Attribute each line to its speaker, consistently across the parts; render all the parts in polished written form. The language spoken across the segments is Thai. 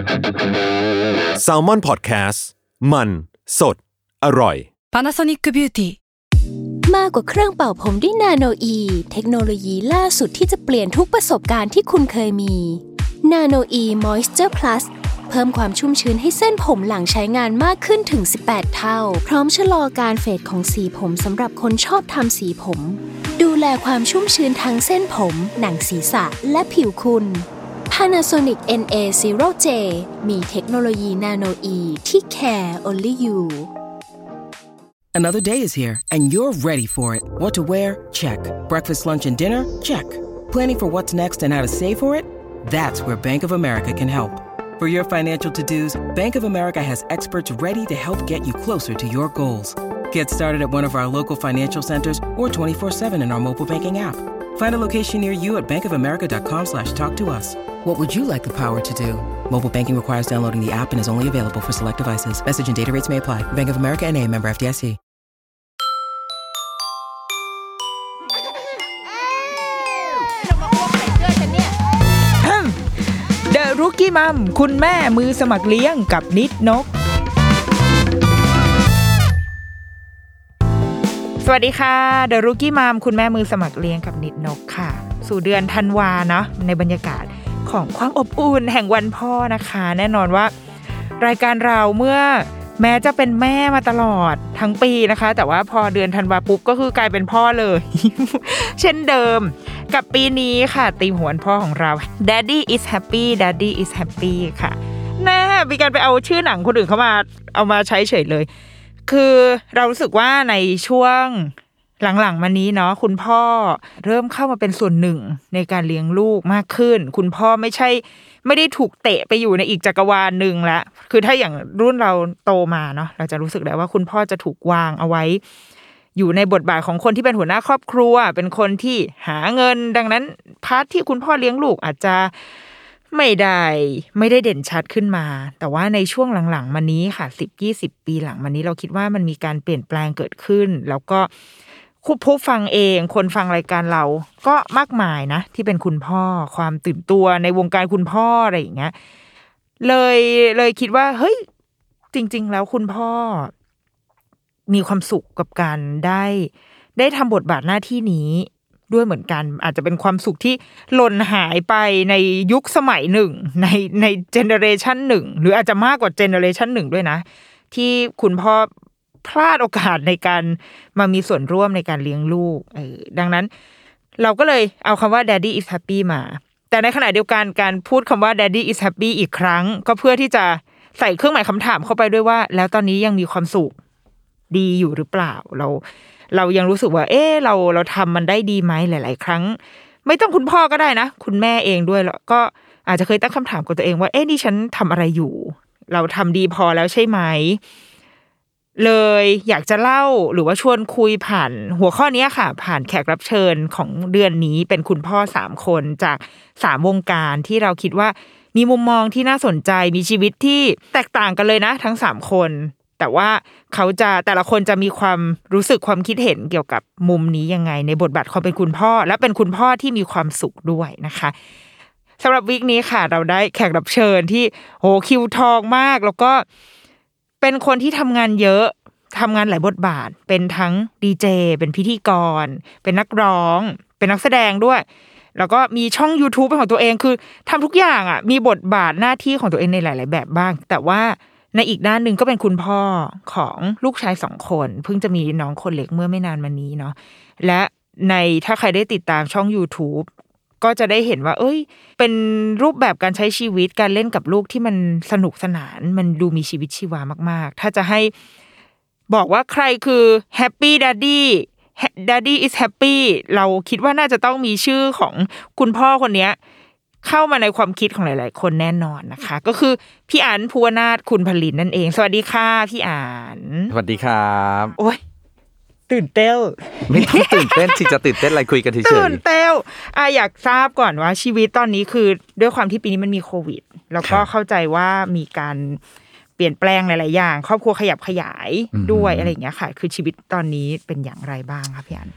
Speaker 1: Salmon Podcast มันสดอร่อย
Speaker 2: Panasonic Beauty
Speaker 3: มากกว่าเครื่องเป่าผมด้วยนาโนอีเทคโนโลยีล่าสุดที่จะเปลี่ยนทุกประสบการณ์ที่คุณเคยมีนาโนอีมอยส์เจอร์พลัสเพิ่มความชุ่มชื้นให้เส้นผมหลังใช้งานมากขึ้นถึง18เท่าพร้อมชะลอการเฟดของสีผมสำหรับคนชอบทำสีผมดูแลความชุ่มชื้นทั้งเส้นผมหนังศีรษะและผิวคุณ Panasonic NA0J มีเทคโนโลยีนาโนอีที่ care only you
Speaker 4: Another day is here, and you're ready for it. What to wear? Check. Breakfast, lunch, and dinner? Check. Planning for what's next and how to save for it? That's where Bank of America can help. For your financial to-dos, Bank of America has experts ready to help get you closer to your goals. Get started at one of our local financial centers or 24/7 in our mobile banking app. Find a location near you at bankofamerica.com/talktous. What would you like the power to do? Mobile banking requires downloading the app and is only available for select devices. Message and data rates may apply. Bank of America NA, member FDIC.
Speaker 5: The Rookie Mom คุณแม่มือสมัครเลี้ยงกับนิดนกสวัสดีค่ะ The Rookie Mom คุณแม่มือสมัครเลี้ยงกับนิดนกค่ะสู่เดือนธันวาเนาะในบรรยากาศของความอบอุ่นแห่งวันพ่อนะคะแน่นอนว่ารายการเราเมื่อแม้จะเป็นแม่มาตลอดทั้งปีนะคะแต่ว่าพอเดือนธันวาปุ๊บก็คือกลายเป็นพ่อเลย เช่นเดิมกับปีนี้ค่ะธีมหัววันพ่อของเรา Daddy is happy Daddy is happy ค่ะแน่มีการไปเอาชื่อหนังคนอื่นเข้ามาเอามาใช้เฉยเลยคือเรารู้สึกว่าในช่วงหลังๆมานี้เนาะคุณพ่อเริ่มเข้ามาเป็นส่วนหนึ่งในการเลี้ยงลูกมากขึ้นคุณพ่อไม่ได้ถูกเตะไปอยู่ในอีกจักรวาลนึงแล้วคือถ้าอย่างรุ่นเราโตมาเนาะเราจะรู้สึกได้ว่าคุณพ่อจะถูกวางเอาไว้อยู่ในบทบาทของคนที่เป็นหัวหน้าครอบครัวเป็นคนที่หาเงินดังนั้นพาร์ทที่คุณพ่อเลี้ยงลูกอาจจะไม่ได้เด่นชัดขึ้นมาแต่ว่าในช่วงหลังๆมานี้ค่ะ10-20 ปีหลังมานี้เราคิดว่ามันมีการเปลี่ยนแปลงเกิดขึ้นแล้วก็ผู้ฟังเองคนฟังรายการเราก็มากมายนะที่เป็นคุณพ่อความตื่นตัวในวงการคุณพ่ออะไรอย่างเงี้ยเลยคิดว่าเฮ้ยจริงๆแล้วคุณพ่อมีความสุขกับการได้ทำบทบาทหน้าที่นี้ด้วยเหมือนกันอาจจะเป็นความสุขที่หล่นหายไปในยุคสมัยหนึ่งในเจเนอเรชันหนึ่งหรืออาจจะมากกว่าเจเนอเรชันหนึ่งด้วยนะที่คุณพ่อพลาดโอกาสในการมามีส่วนร่วมในการเลี้ยงลูกดังนั้นเราก็เลยเอาคำว่า Daddy is happy มาแต่ในขณะเดียวกันการพูดคำว่า Daddy is happy อีกครั้งก็เพื่อที่จะใส่เครื่องหมายคำถามเข้าไปด้วยว่าแล้วตอนนี้ยังมีความสุขดีอยู่หรือเปล่าเรายังรู้สึกว่าเราทำมันได้ดีไหมหลายๆครั้งไม่ต้องคุณพ่อก็ได้นะคุณแม่เองด้วยแล้วก็อาจจะเคยตั้งคำถามกับตัวเองว่านี่ฉันทำอะไรอยู่เราทำดีพอแล้วใช่ไหมเลยอยากจะเล่าหรือว่าชวนคุยผ่านหัวข้อนี้ค่ะผ่านแขกรับเชิญของเดือนนี้เป็นคุณพ่อ3คนจาก3วงการที่เราคิดว่ามีมุมมองที่น่าสนใจมีชีวิตที่แตกต่างกันเลยนะทั้ง3คนแต่ว่าแต่ละคนจะมีความรู้สึกความคิดเห็นเกี่ยวกับมุมนี้ยังไงในบทบาทความเป็นคุณพ่อและเป็นคุณพ่อที่มีความสุขด้วยนะคะสำหรับวีคนี้ค่ะเราได้แขกรับเชิญที่คิวทองมากแล้วก็เป็นคนที่ทำงานเยอะทำงานหลายบทบาทเป็นทั้งดีเจเป็นพิธีกรเป็นนักร้องเป็นนักแสดงด้วยแล้วก็มีช่อง YouTube เป็นของตัวเองคือทำทุกอย่างอ่ะมีบทบาทหน้าที่ของตัวเองในหลายๆแบบบ้างแต่ว่าในอีกด้านนึงก็เป็นคุณพ่อของลูกชาย2คนเพิ่งจะมีน้องคนเล็กเมื่อไม่นานมานี้เนาะและถ้าใครได้ติดตามช่อง YouTube ก็จะได้เห็นว่าเป็นรูปแบบการใช้ชีวิตการเล่นกับลูกที่มันสนุกสนานมันดูมีชีวิตชีวามากๆถ้าจะให้บอกว่าใครคือ Happy Daddy is happy เราคิดว่าน่าจะต้องมีชื่อของคุณพ่อคนนี้เข้ามาในความคิดของหลายๆคนแน่นอนนะคะก็คือพี่อั๋นภูวนาถคุณผลินนั่นเองสวัสดีค่ะพี่อั๋น
Speaker 6: สวัสดีครับ
Speaker 5: โอ๊ยตื่นเต้น
Speaker 6: ไม่ต้องตื่นเต้นสิจะตื่นเต้นอะไรคุยกันเฉยๆ
Speaker 5: ตื่นเต้นอยากทราบก่อนว่าชีวิตตอนนี้คือด้วยความที่ปีนี้มันมีโควิดแล้วก็เข้าใจว่ามีการเปลี่ยนแปลงหลายๆอย่างครอบครัวขยับขยายด้วยอะไรอย่างเงี้ยค่ะคือชีวิตตอนนี้เป็นอย่างไรบ้างคะพี่อั๋น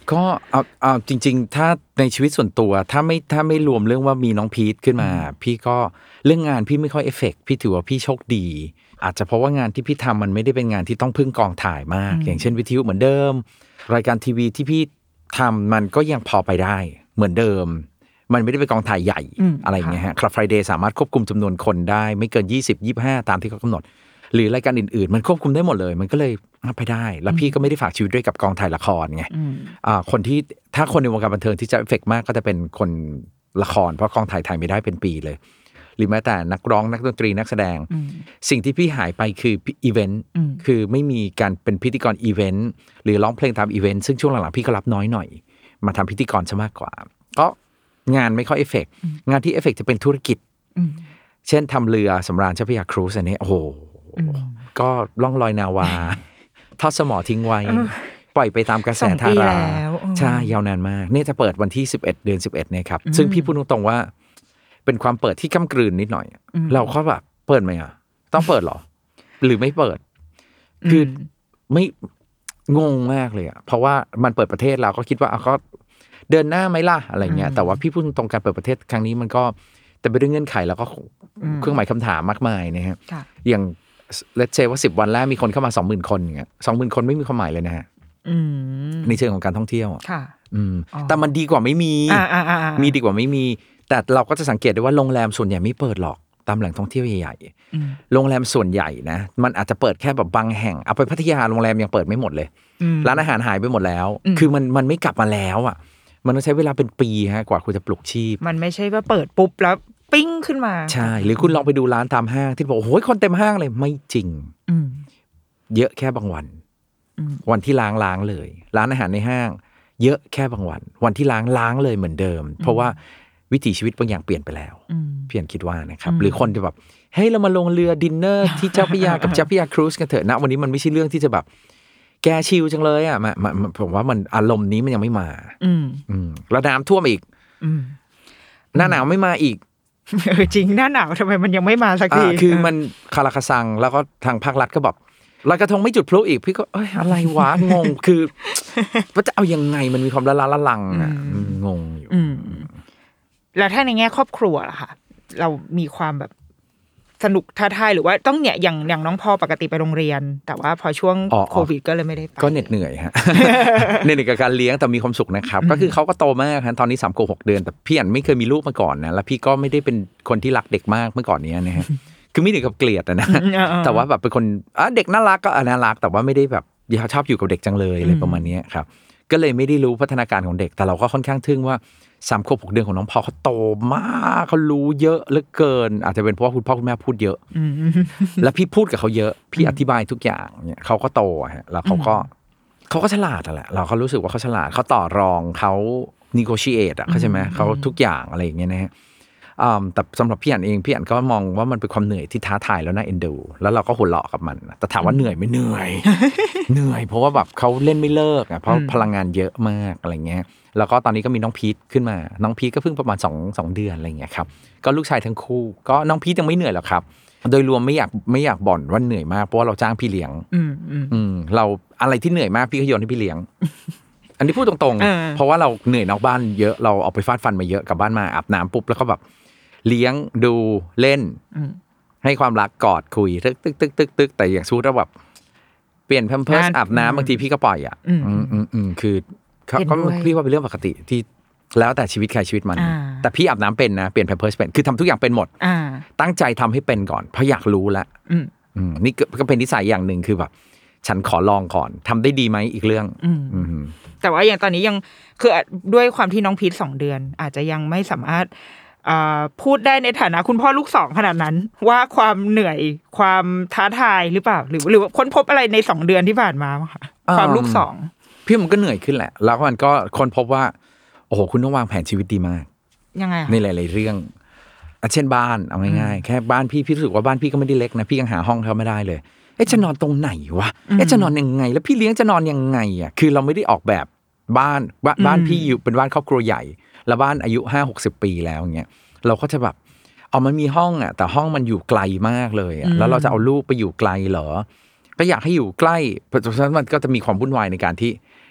Speaker 6: ก็เอาจริงๆถ้าในชีวิตส่วนตัวถ้าไม่รวมเรื่องว่ามีน้องพีทขึ้นมาพี่ก็เรื่องงานพี่ไม่ค่อยเอฟเฟกต์พี่ถือว่าพี่โชคดีอาจจะเพราะว่างานที่พี่ทำมันไม่ได้เป็นงานที่ต้องพึ่งกองถ่ายมากอย่างเช่นวิทยุเหมือนเดิมรายการทีวีที่พี่ทำมันก็ยังพอไปได้เหมือนเดิมมันไม่ได้เป็นกองถ่ายใหญ่อะไรอย่างเงี้ยฮะคลับ Friday สามารถควบคุมจำนวนคนได้ไม่เกิน20-25ตามที่เขากำหนดหรือรายการอื่นๆมันควบคุมได้หมดเลยมันก็เลยไปได้แล้วพี่ก็ไม่ได้ฝากชีวิตด้วยกับกองถ่ายละครไงคนที่ถ้าคนในวงการบันเทิงที่จะเอฟเฟกต์มากก็จะเป็นคนละครเพราะกองถ่ายถ่ายไม่ได้เป็นปีเลยหรือแม้แต่นักร้องนักดนตรีนักแสดงสิ่งที่พี่หายไปคืออีเวนต์คือไม่มีการเป็นพิธีกรอีเวนต์หรือร้องเพลงตามอีเวนต์ซึ่งช่วงหลังๆพี่ก็รับน้อยหน่อยมาทำพิธีกรซะมากกว่าก็งานไม่ค่อยเอฟเฟกต์งานที่เอฟเฟกต์จะเป็นธุรกิจเช่นทำเรือสำราญเจ้าพระยาครูซอันนี้โอ้โหก็ล่องลอยนาวาทอดสมอทิ้งไว้ปล่อยไปตามกระแสธาราใช่ยาวนานมากนี่จะเปิดวันที่11เดือน11เนี่ยครับซึ่งพี่พูดตรงๆว่าเป็นความเปิดที่ก้ำกลืนนิดหน่อยเราก็แบบเปิดไหมอ่ะต้องเปิดหรอหรือไม่เปิดคือไม่งงมากเลยอ่ะเพราะว่ามันเปิดประเทศเราก็คิดว่าก็เดินหน้าไหมล่ะอะไรเงี้ยแต่ว่าพี่พูดตรงการเปิดประเทศครั้งนี้มันก็แต่ไปด้วยเงื่อนไขแล้วก็เครื่องหมายคำถามมากมายนะฮะอย่างlet's say ว่า10วันแรกมีคนเข้ามา 20,000 คนอย่างเงี้ย 20,000 คนไม่มีความหมายเลยนะฮะในเชิงของการท่องเที่ยวค่ะแต่มันดีกว่าไม่มีมีดีกว่าไม่มีแต่เราก็จะสังเกตได้ว่าโรงแรมส่วนใหญ่ไม่เปิดหรอกตามแหล่งท่องเที่ยวใหญ่ๆโรงแรมส่วนใหญ่นะมันอาจจะเปิดแค่แบบบางแห่งเอาไปพัทยาโรงแรมยังเปิดไม่หมดเลยร้านอาหารหายไปหมดแล้วคือมันไม่กลับมาแล้วอ่ะมันต้องใช้เวลาเป็นปีฮะกว่าคุณจะปลุกชีพมันไม่ใช่ว่าเปิดปุ๊บแล้วปิ้งขึ้นมาใช่หรือคุณลองไปดูร้านตามห้างที่บอกโอ้ยคนเต็มห้างเลยไม่จริงเยอะแค่บางวันที่ล้างเลยร้านอาหารในห้างเยอะแค่บางวันที่ล้างเลยเหมือนเดิมเพราะว่าวิถีชีวิตบางอย่างเปลี่ยนไปแล้วพี่อันคิดว่านะครับหรือคนจะแบบเฮ้ยเรามาลงเรือดินเนอร์ที่เจ้าพระยากับเจ้าพระยาครูซกันเถอะนะวันนี้มันไม่ใช่เรื่องที่จะแบบแกชิลจังเลยอ่ะผมว่ามันอารมณ์นี้มันยังไม่มาแล้วน้ำท่วมอีกหน้าหนาวไม่มาอีกจริงหน้าหนาวทำไมมันยังไม่มาสักทีคือมันคาราคาซังแล้วก็ทางภาครัฐก็แบบลอยกระทงไม่จุดพลุอีกพี่ก็อะไรวะงงคือว่าจะเอายังไงมันมีความละลังอ่ะงงอยู่แล้วถ้าในแง่ครอบครัวล่ะค่ะเรามีความแบบสนุกท้าทายหรือว่าต้องเนี่ยอย่างน้องพ่อปกติไปโรงเรียนแต่ว่าพอช่วงโควิดก็เลยไม่ได้ไปก็เหนื่อยฮะเหนื่อยกับการเลี้ยงแต่มีความสุขนะครับก็คือเขาก็โตมากฮะตอนนี้3 ขวบ 6 เดือนแต่พี่อันไม่เคยมีลูกมาก่อนนะแล้วพี่ก็ไม่ได้เป็นคนที่รักเด็กมากเมื่อก่อนนี้นะฮะคือไม่ถึงกับเกลียดนะแต่ว่าแบบเป็นคนเด็กน่ารักก็น่ารักแต่ว่าไม่ได้แบบชอบอยู่กับเด็กจังเลยอะไรประมาณนี้ครับก็เลยไม่ได้รู้พัฒนาการของเด็กแต่เราก็ค่อนข้างทึ่งว่า3 ขวบ 6 เดือนของน้องพอเขาโตมากเขารู้เยอะเหลือเกินอาจจะเป็นเพราะว่าคุณพ่อคุณแม่พูดเยอะแล้วพี่พูดกับเขาเยอะพี่อธิบายทุกอย่างเนี่ยเขาก็โตฮะแล้วเขาก็ฉลาดแหละเราเขารู้สึกว่าเขาฉลาดเขาต่อรองเขา negotiate อ่ะเข้าใจไหมเขาทุกอย่างอะไรอย่างเงี้ยนะฮะแต่สำหรับพี่อันเองพี่อันก็มองว่ามันเป็นความเหนื่อยที่ท้าทายแล้วน่าเอ็นดูแล้วเราก็หัวเราะกับมันแต่ถามว่าเหนื่อยไม่เหนื่อย เหนื่อยเพราะว่าแบบเขาเล่นไม่เลิกอ่ะเพราะพลังงานเยอะมากอะไรเงี้ยแล้วก็ตอนนี้ก็มีน้องพีทขึ้นมาน้องพีทก็เพิ่งประมาณ2 เดือนอะไรเงี้ยครับก็ลูกชายทั้งคู่ก็น้องพีทยังไม่เหนื่อยหรอกครับโดยรวมไม่อยากบ่นว่าเหนื่อยมากเพราะว่าเราจ้างพี่เลี้ยงเราอะไรที่เหนื่อยมากพี่ก็โยนให้พี่เลี้ยง อันนี้พูดตรงๆเพราะว่าเราเหนื่อยนอกบ้านเยอะเราเอาไปฟาดฟันมาเยอะกลับบ้านมาอาบน้ำปุ๊บแล้วก็แบบเลี้ยงดูเล่นให้ความรักกอดคุยตึกแต่อย่างสู้แล้วแบบเปลี่ยนแพมเพิร์สอาบน้ำบางทีพี่ก็ปล่อยอ่ะคือก็พี่ว่าเป็นเรื่องปกติที่แล้วแต่ชีวิตใครชีวิตมันแต่พี่อาบน้ำเป็นนะเปลี่ยนแพมเพิร์สเป็นคือทำทุกอย่างเป็นหมดตั้งใจทำให้เป็นก่อนเพราะอยากรู้แล้วนี่ก็เป็นนิสัยอย่างหนึ่งคือแบบฉันขอลองก่อนทำได้ดีไหมอีกเรื่องแต่ว่าอย่างตอนนี้ยังคือด้วยความที่น้องพีท2 เดือนอาจจะยังไม่สามารถพูดได้ในฐานะคุณพ่อลูก2ขนาดนั้นว่าความเหนื่อยความท้าทายหรือเปล่าหรือว่าค้นพบอะไรใน2 เดือนที่ผ่านมาค่ะความลูก2พี่มันก็เหนื่อยขึ้นแหละแล้วมันก็ค้นพบว่าโอ้โหคุณต้องวางแผนชีวิตดีมากยังไงในหลายๆเรื่องเช่นบ้านเอาง่ายๆแค่บ้านพี่รู้สึกว่าบ้านพี่ก็ไม่ได้เล็กนะพี่ยังหาห้องเขาไม่ได้เลยจะนอนตรงไหนวะจะนอนยังไงแล้วพี่เลี้ยงจะนอนยังไงอ่ะคือเราไม่ได้ออกแบบบ้านพี่อยู่เป็นบ้านครอบครัวใหญ่แล้วบ้านอายุ 50-60 ปีแล้วอย่างเงี้ยเราก็จะแบบมันมีห้องอ่ะแต่ห้องมันอยู่ไกลมากเลยอ่ะแล้วเราจะเอาลูกไปอยู่ไกลเหรอก็อยากให้อยู่ใกล้เพราะฉะนั้นมันก็จะมีความวุ่นวายในการที่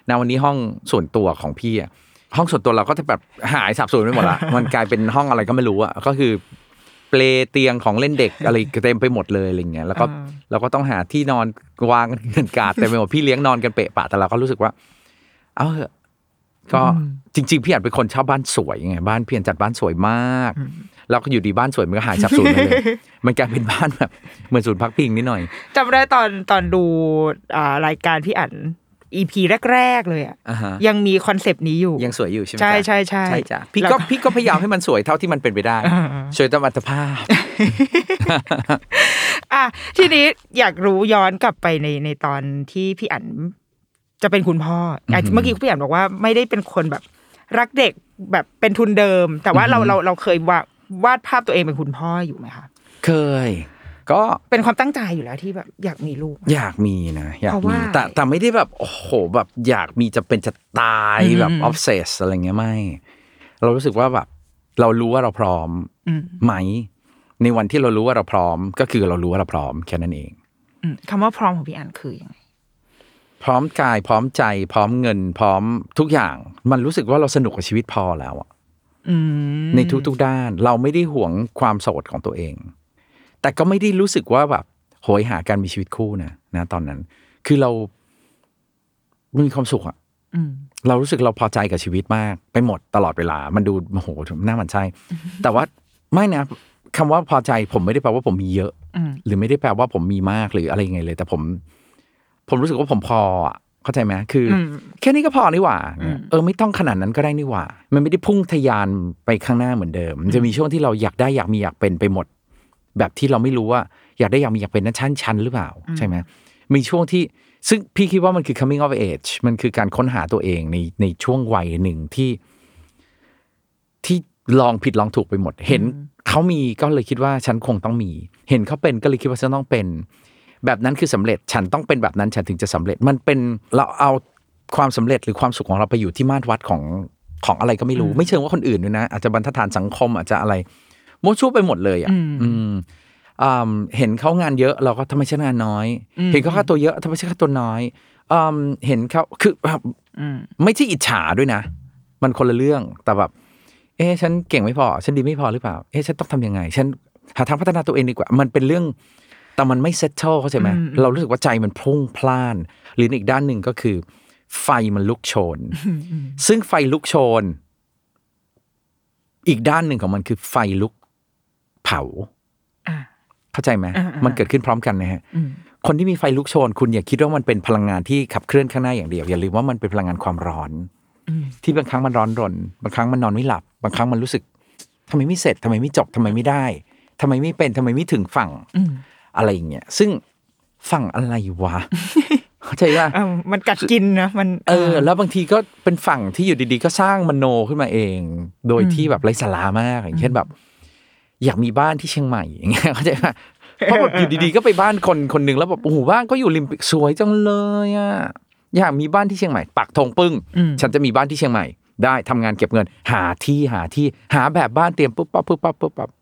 Speaker 6: ณวันนี้ห้องส่วนตัวของพี่อ่ะห้องส่วนตัวเราก็จะแบบหายสับสนไปหมดละ มันกลายเป็นห้องอะไรก็ไม่รู้อ่ะก็คือเปลเตียงของเล่นเด็กอะไรเต็มไปหมดเลยอะไรเงี้ยแล้วก็เราก็ต้องหาที่นอนวางเงินกาดเต็มไปหมดพี่เลี้ยงนอนกันเปะปะแต่เราก็รู้สึกว่าเอาเหอะก็จริงๆพี่อาจเป็นคนชอบบ้านสวยไงบ้านพี่จัดบ้านสวยมากแล้วก็อยู่ดีบ้านสวยมันก็หายสับสนไปเลยมันกลายเป็นบ้านแบบเหมือนศูนย์พักพิงนิดหน่อย
Speaker 5: จำได้ตอนดูรายการพี่อั๋น EP แรกๆเลยอ่ะยังมีคอนเซปต์นี้อยู่
Speaker 6: ยังสวยอยู่ใช่ไหม
Speaker 5: ใช่ใช่ใช่
Speaker 6: ใช่จ้ะพี่ก็พยายามให้มันสวยเท่าที่มันเป็นไปได้สวยตามอัตภาพ
Speaker 5: ทีนี้อยากรู้ย้อนกลับไปในตอนที่พี่อั๋นจะเป็นคุณพ่อเมื่อกี้พี่อั๋นบอกว่าไม่ได้เป็นคนแบบรักเด็กแบบเป็นทุนเดิมแต่ว่าเราเคยวาดภาพตัวเองเป็นคุณพ่ออยู่ไหมคะ
Speaker 6: เคยก็
Speaker 5: เป็นความตั้งใจอยู่แล้วที่แบบอยากมีลูก
Speaker 6: อยากมีนะอยากมีแต่ไม่ได้แบบโอ้โหแบบอยากมีจะเป็นจะตายแบบออฟเซสอะไรเงี้ยไม่เรารู้สึกว่าแบบเรารู้ว่าเราพร้อมไหมในวันที่เรารู้ว่าเราพร้อมก็คือเรารู้ว่าเราพร้อมแค่นั้นเอง
Speaker 5: คำว่าพร้อมของพี่อั๋นคือยังไง
Speaker 6: พร้อมกายพร้อมใจพร้อมเงินพร้อมทุกอย่างมันรู้สึกว่าเราสนุกกับชีวิตพอแล้วอ่ะในทุกๆด้านเราไม่ได้หวงความโสดของตัวเองแต่ก็ไม่ได้รู้สึกว่าแบบโหยหาการมีชีวิตคู่นะตอนนั้นคือเรามีความสุขอ่ะเรารู้สึกเราพอใจกับชีวิตมากไปหมดตลอดเวลามันดูโอ้โหน่าหมั่นไส้แต่ว่าไม่นะคำว่าพอใจผมไม่ได้แปลว่าผมมีเยอะหรือไม่ได้แปลว่าผมมีมากหรืออะไรยังไงเลยแต่ผมรู้สึกว่าผมพออ่ะเข้าใจไหมคือแค่นี้ก็พอนี่หว่าไม่ต้องขนาดนั้นก็ได้นี่หว่ามันไม่ได้พุ่งทะยานไปข้างหน้าเหมือนเดิมมันจะมีช่วงที่เราอยากได้อยากมีอยากเป็นไปหมดแบบที่เราไม่รู้ว่าอยากได้อยากมีอยากเป็นนั้นชั้นหรือเปล่าใช่ไหมมีช่วงที่ซึ่งพี่คิดว่ามันคือ coming of age มันคือการค้นหาตัวเองในช่วงวัยหนึ่งที่ลองผิดลองถูกไปหมดเห็นเขามีก็เลยคิดว่าฉันคงต้องมีเห็นเขาเป็นก็เลยคิดว่าฉันต้องเป็นแบบนั้นคือสำเร็จฉันต้องเป็นแบบนั้นฉันถึงจะสำเร็จมันเป็นเราเอาความสำเร็จหรือความสุขของเราไปอยู่ที่มาตรวัดของอะไรก็ไม่รู้ไม่เชิงว่าคนอื่นด้วยนะอาจจะบรรทัดฐานสังคมอาจจะอะไรมั่วชั่วไปหมดเลยอ่ะเห็นเขางานเยอะเราก็ทำไมฉันงานน้อยเห็นเขาค่าตัวเยอะทำไมฉันค่าตัวน้อยเห็นเขาคือไม่ใช่อิจฉาด้วยนะมันคนละเรื่องแต่แบบฉันเก่งไม่พอฉันดีไม่พอหรือเปล่าฉันต้องทำยังไงฉันหาทางพัฒนาตัวเองดีกว่ามันเป็นเรื่องแต่มันไม่เซตเทิลเข้าใจไหมเรารู้สึกว่าใจมันพุ่งพล่านหรืออีกด้านหนึ่งก็คือไฟมันลุกโชนซึ่งไฟลุกโชนอีกด้านหนึ่งของมันคือไฟลุกเผาเข้าใจไหมมันเกิดขึ้นพร้อมกันนะฮะคนที่มีไฟลุกโชนคุณอย่าคิดว่ามันเป็นพลังงานที่ขับเคลื่อนข้างหน้าอย่างเดียวอย่าลืมว่ามันเป็นพลังงานความร้อนที่บางครั้งมันร้อนรนบางครั้งมันนอนไม่หลับบางครั้งมันรู้สึกทำไมไม่เสร็จทำไมไม่จบทำไมไม่ได้ทำไมไม่เป็นทำไมไม่ถึงฝั่งอะไรอย่างเงี้ยซึ่งฝั่งอะไรวะเข้าใจว่า
Speaker 5: มันกัดกินนะมัน
Speaker 6: แล้วบางทีก็เป็นฝั่งที่อยู่ดีๆก็สร้างมโนขึ้นมาเองโดยที่แบบไร้สาระมากอย่างเช่นแบบอยากมีบ้านที่เชียงใหม่อย่างเงี้ยเข้าใจป่ะเพราะแบบอยู่ดีๆก็ไปบ้านคนนึงแล้วแบบโอ้โหบ้านก็อยู่ริมสวยจังเลยอ่ะอยากมีบ้านที่เชียงใหม่ปักธงปึ้งฉันจะมีบ้านที่เชียงใหม่ได้ทำงานเก็บเงินหาที่หาแบบบ้านเตรียมปุ๊บปั๊บ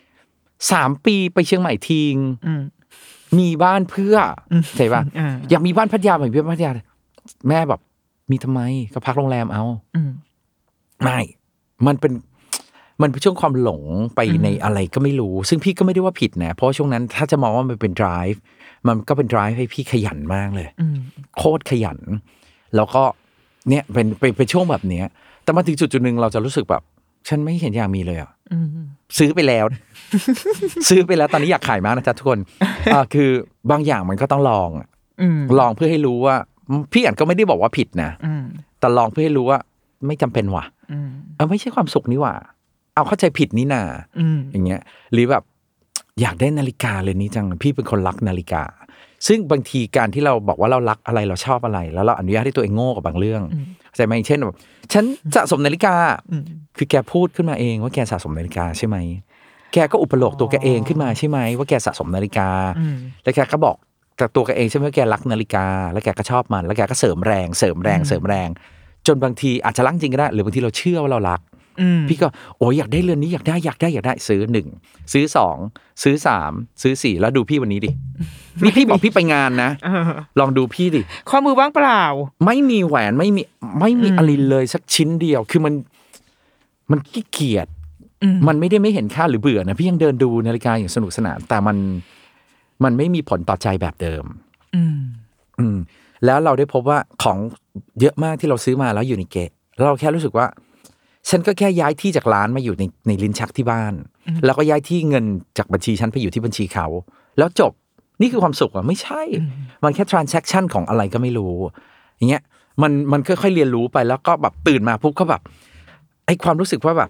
Speaker 6: 3 ปีไปเชียงใหม่ทิ้งมีบ้านเพื่อใช่ป่ะอยากมีบ้านพัทยาแบบพัทยาแม่แบบมีทำไมก็พักโรงแรมเอาไม่มันเป็นช่วงความหลงไปในอะไรก็ไม่รู้ซึ่งพี่ก็ไม่ได้ว่าผิดนะเพราะช่วงนั้นถ้าจะมองว่ามันเป็น drive มันก็เป็น drive ให้พี่ขยันมากเลยโคตรขยันแล้วก็เนี่ยเป็นช่วงแบบเนี้ยแต่มาถึงจุดนึงเราจะรู้สึกแบบฉันไม่เห็นอยากมีเลยอ่ะซื้อไปแล้ว ซื้อไปแล้วตอนนี้อยากขายมากนะจ๊ะทุกคนคือบางอย่างมันก็ต้องลองเพื่อให้รู้ว่าพี่อั๋นก็ไม่ได้บอกว่าผิดนะแต่ลองเพื่อให้รู้ว่าไม่จำเป็นว่ะไม่ใช่ความสุขนี่หว่าเอาเข้าใจผิดนี่นาอย่างเงี้ยหรือแบบอยากได้นาฬิกาเลยนี่จังพี่เป็นคนรักนาฬิกาซึ่งบางทีการที่เราบอกว่าเรารักอะไรเราชอบอะไรแล้วเราอนุญาตให้ตัวเองโง่กับบางเรื่องเข้าใจไหมเช่นแบบฉันสะสมนาฬิกาคือแกพูดขึ้นมาเองว่าแกสะสมนาฬิกาใช่ไหมแกก็อุปโลกตัวแกเองขึ้นมาใช่ไหมว่าแกสะสมนาฬิกาแล้วแกก็บอกกับตัวแกเองใช่ไหมว่าแกรักนาฬิกาแล้วแกก็ชอบมันแล้วแกก็เสริมแรงจนบางทีอาจจะรักจริงก็ได้หรือบางทีเราเชื่อว่าเรารักพี่ก็โอ้ยอยากได้เรือนนี้อยากได้ซื้อ1ซื้อ2ซื้อ3ซื้อ4แล้วดูพี่วันนี้ดินี่พี่บอกพี่ไปงานนะลองดูพี่ดิ
Speaker 5: ข้อมือว่างเปล่า
Speaker 6: ไม่มีแหวนไม่มีอะไรเลยสักชิ้นเดียวคือมันขี้เกียจมันไม่ได้ไม่เห็นค่าหรือเบื่อนะพี่ยังเดินดูนาฬิกาอย่างสนุกสนานแต่มันไม่มีผลต่อใจแบบเดิมแล้วเราได้พบว่าของเยอะมากที่เราซื้อมาแล้วอยู่ในเกะแล้วเราแค่รู้สึกว่าฉันก็แค่ย้ายที่จากร้านมาอยู่ในลิ้นชักที่บ้านแล้วก็ย้ายที่เงินจากบัญชีฉันไปอยู่ที่บัญชีเขาแล้วจบนี่คือความสุขอ่ะไม่ใช่มันแค่ transaction ของอะไรก็ไม่รู้อย่างเงี้ยมันค่อยๆเรียนรู้ไปแล้วก็แบบตื่นมาปุ๊บก็แบบไอ้ความรู้สึกว่าแบบ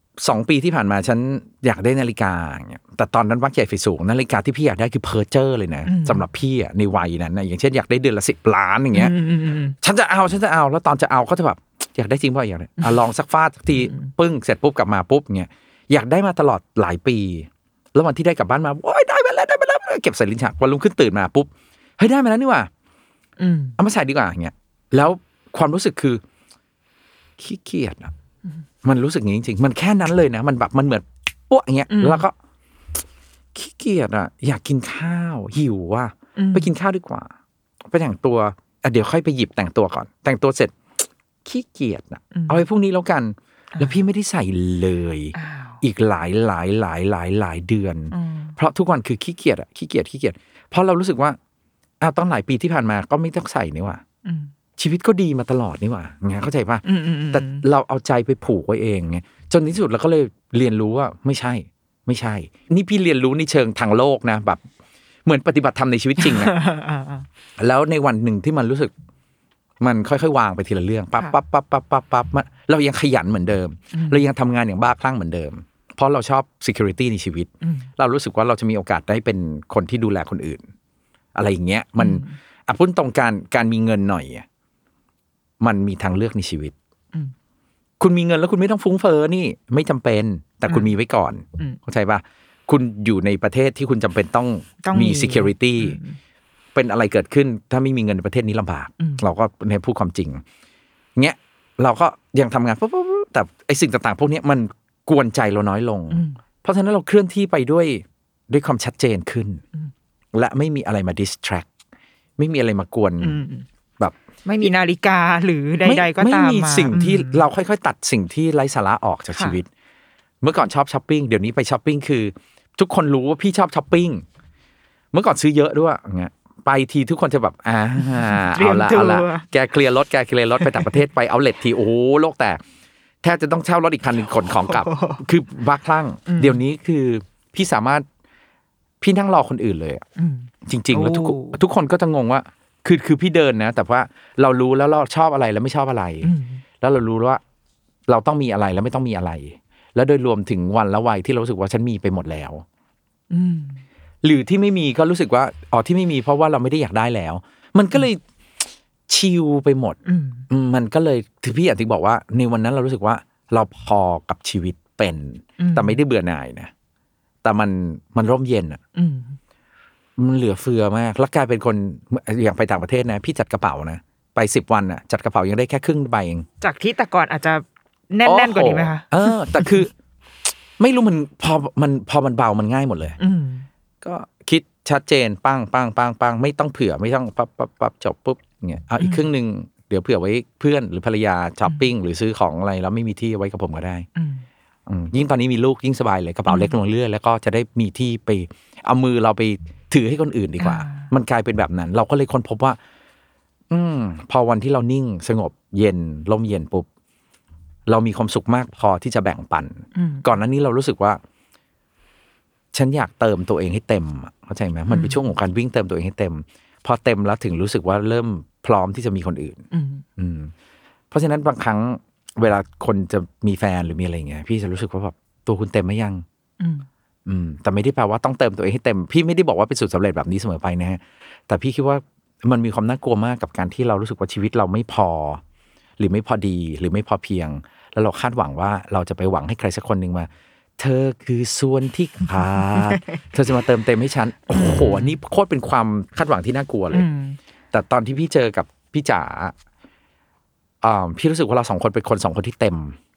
Speaker 6: 2 ปีที่ผ่านมาฉันอยากได้นาฬิกาอย่างเงี้ยแต่ตอนนั้นวักใหญ่ไฟสูงนาฬิกาที่พี่อยากได้คือเพอร์เจอร์เลยนะสำหรับพี่อ่ะในวัยนั้นนะอย่างเช่นอยากได้เดือนละ10 ล้านอย่างเงี้ยฉันจะเอาแล้วตอนจะเอาก็จะแบบอยากได้จริงป่ะอยากได้ลองสักฟาดสักทีปึ้งเสร็จปุ๊บกลับมาปุ๊บเงี้ยอยากได้มาตลอดหลายปีแล้ววันที่ได้กลับบ้านมาโอ๊ยได้มาแล้วเก็บใส่ลิ้นชักวันรุ่งขึ้นตื่นมาปุ๊บเฮ้ยได้มาแล้วนี่หว่าเอามาใส่ดีกว่าอย่างเงี้ยแล้วความรู้สึกคือขี้เกียจอ่ะมันรู้สึกอย่างนี้จริงๆมันแค่นั้นเลยนะมันแบบมันเหมือนปุ๊บอย่างเงี้ยแล้วก็ขี้เกียจอ่ะอยากกินข้าวหิวว่ะไปกินข้าวดีกว่าไปแต่งตัวเดี๋ยวค่อยไปหยิบแต่งตัวก่อนแต่งตัวเสร็จขี้เกียจอ่ะเอาไปพรุ่งนี้แล้วกันแล้วพี่ไม่ได้ใส่เลยอีกหลายเดือนเพราะทุกวันคือขี้เกียจอ่ะขี้เกียจเพราะเรารู้สึกว่าตอนหลายปีที่ผ่านมาก็ไม่ต้องใส่นี่ว่ะชีวิตก็ดีมาตลอดนี่หว่าไงเข้าใจป่ะแต่เราเอาใจไปผูกไว้เองไงจนที่สุดเราก็เลยเรียนรู้ว่าไม่ใช่นี่พี่เรียนรู้ในเชิงทางโลกนะแบบเหมือนปฏิบัติธรรมในชีวิตจริงนะแล้วในวันหนึ่งที่มันรู้สึกมันค่อยๆวางไปทีละเรื่องปั๊บเรายังขยันเหมือนเดิมเรายังทำงานอย่างบ้าคลั่งเหมือนเดิมเพราะเราชอบ security ในชีวิตเรารู้สึกว่าเราจะมีโอกาสได้เป็นคนที่ดูแลคนอื่นอะไรอย่างเงี้ยมันพูดตรงการมีเงินหน่อยมันมีทางเลือกในชีวิตคุณมีเงินแล้วคุณไม่ต้องฟุ้งเฟ้อนี่ไม่จำเป็นแต่คุณมีไว้ก่อนเข้าใจป่ะคุณอยู่ในประเทศที่คุณจำเป็นต้องมี security เป็นอะไรเกิดขึ้นถ้าไม่มีเงินในประเทศนี้ลำบากเราก็ในพูดความจริงเงี้ยเราก็ยังทำงานแต่ไอสิ่งต่างๆพวกนี้มันกวนใจเราน้อยลงเพราะฉะนั้นเราเคลื่อนที่ไปด้วยความชัดเจนขึ้นและไม่มีอะไรมา distract ไม่มีอะไรมากวนแบบ
Speaker 5: ไม่มีนาฬิกาหรือใดๆก็ตามมา
Speaker 6: ไม่มีสิ่งที่เราค่อยๆตัดสิ่งที่ไร้สาระออกจากชีวิตเมื่อก่อนชอบช้อปปิ้งเดี๋ยวนี้ไปช้อปปิ้งคือทุกคนรู้ว่าพี่ชอบช้อปปิ้งเมื่อก่อนซื้อเยอะด้วยอย่างเงี้ยไปทีทุกคนจะแบบเอาละแกเคลียร์รถไปต่างประเทศไปเอาเลททีโอ้โลกแตกแทบจะต้องเช่ารถอีกคันนึงขนของกลับคือบ้าคลั่งเดี๋ยวนี้คือพี่สามารถพี่นั่งรอคนอื่นเลยจริงๆแล้วทุกคนก็จะงงว่าคือพี่เดินนะแต่ว่าเรารู้แล้วเราชอบอะไรแล้วไม่ชอบอะไรแล้วเรารู้ว่าเราต้องมีอะไรแล้วไม่ต้องมีอะไรแล้วโดยรวมถึงวันและวัยที่เรารู้สึกว่าฉันมีไปหมดแล้วหรือที่ไม่มีก็รู้สึกว่าที่ไม่มีเพราะว่าเราไม่ได้อยากได้แล้วมันก็เลยชิลไปหมดมันก็เลยถึงพี่อยากที่บอกว่าในวันนั้นเรารู้สึกว่าเราพอกับชีวิตเป็นแต่ไม่ได้เบื่อหน่ายนะแต่มันร่มเย็นอ่ะมันเหลือเฟือมากแล้วกลายเป็นคนอย่างไปต่างประเทศนะพี่จัดกระเป๋านะไป10 วันอ่ะจัดกระเป๋ายังได้แค่ครึ่งใบเอง
Speaker 5: จากที่แต่ก่อนอาจจะแน่นๆกว่านี้ไหมคะ
Speaker 6: แต่คือไม่รู้มันพอมันเบามันง่ายหมดเลยก็คิดชัดเจนปังไม่ต้องเผื่อไม่ต้องปั๊บจบปุ๊บเงี้ยเอาอีกครึ่งนึงเดี๋ยวเผื่อไว้เพื่อนหรือภรรยาช้อปปิ้งหรือซื้อของอะไรแล้วไม่มีที่ไว้กับผมก็ได้ยิ่งตอนนี้มีลูกยิ่งสบายเลยกระเป๋าเล็กลงเรื่อยแล้วก็จะได้มีที่ไปเอามือเราไปถือให้คนอื่นดีกว่ามันกลายเป็นแบบนั้นเราก็เลยค้นพบว่าพอวันที่เรานิ่งสงบเย็นลมเย็นปุ๊บเรามีความสุขมากพอที่จะแบ่งปันก่อนหน้านี้เรารู้สึกว่าฉันอยากเติมตัวเองให้เต็มเข้าใจไหมมันเป็นช่วงของการวิ่งเติมตัวเองให้เต็มพอเต็มแล้วถึงรู้สึกว่าเริ่มพร้อมที่จะมีคนอื่นเพราะฉะนั้นบางครั้งเวลาคนจะมีแฟนหรือมีอะไรเงี้ยพี่จะรู้สึกว่าแบบตัวคุณเต็มไหมยังแต่ไม่ได้แปลว่าต้องเติมตัวเองให้เต็มพี่ไม่ได้บอกว่าเป็นสูตรสำเร็จแบบนี้เสมอไปนะฮะแต่พี่คิดว่ามันมีความน่ากลัวมากกับการที่เรารู้สึกว่าชีวิตเราไม่พอหรือไม่พอดีหรือไม่พอเพียงแล้วเราคาดหวังว่าเราจะไปหวังให้ใครสักคนนึงมาเธอคือส่วนที่ขาดเธอจะมาเติมเต็มให้ฉันโอ้โหนี่โคตรเป็นความคาดหวังที่น่ากลัวเลยแต่ตอนที่พี่เจอกับพี่จ๋าพี่รู้สึกว่าเรา2 คนเป็นคน2 คนที่เต็ม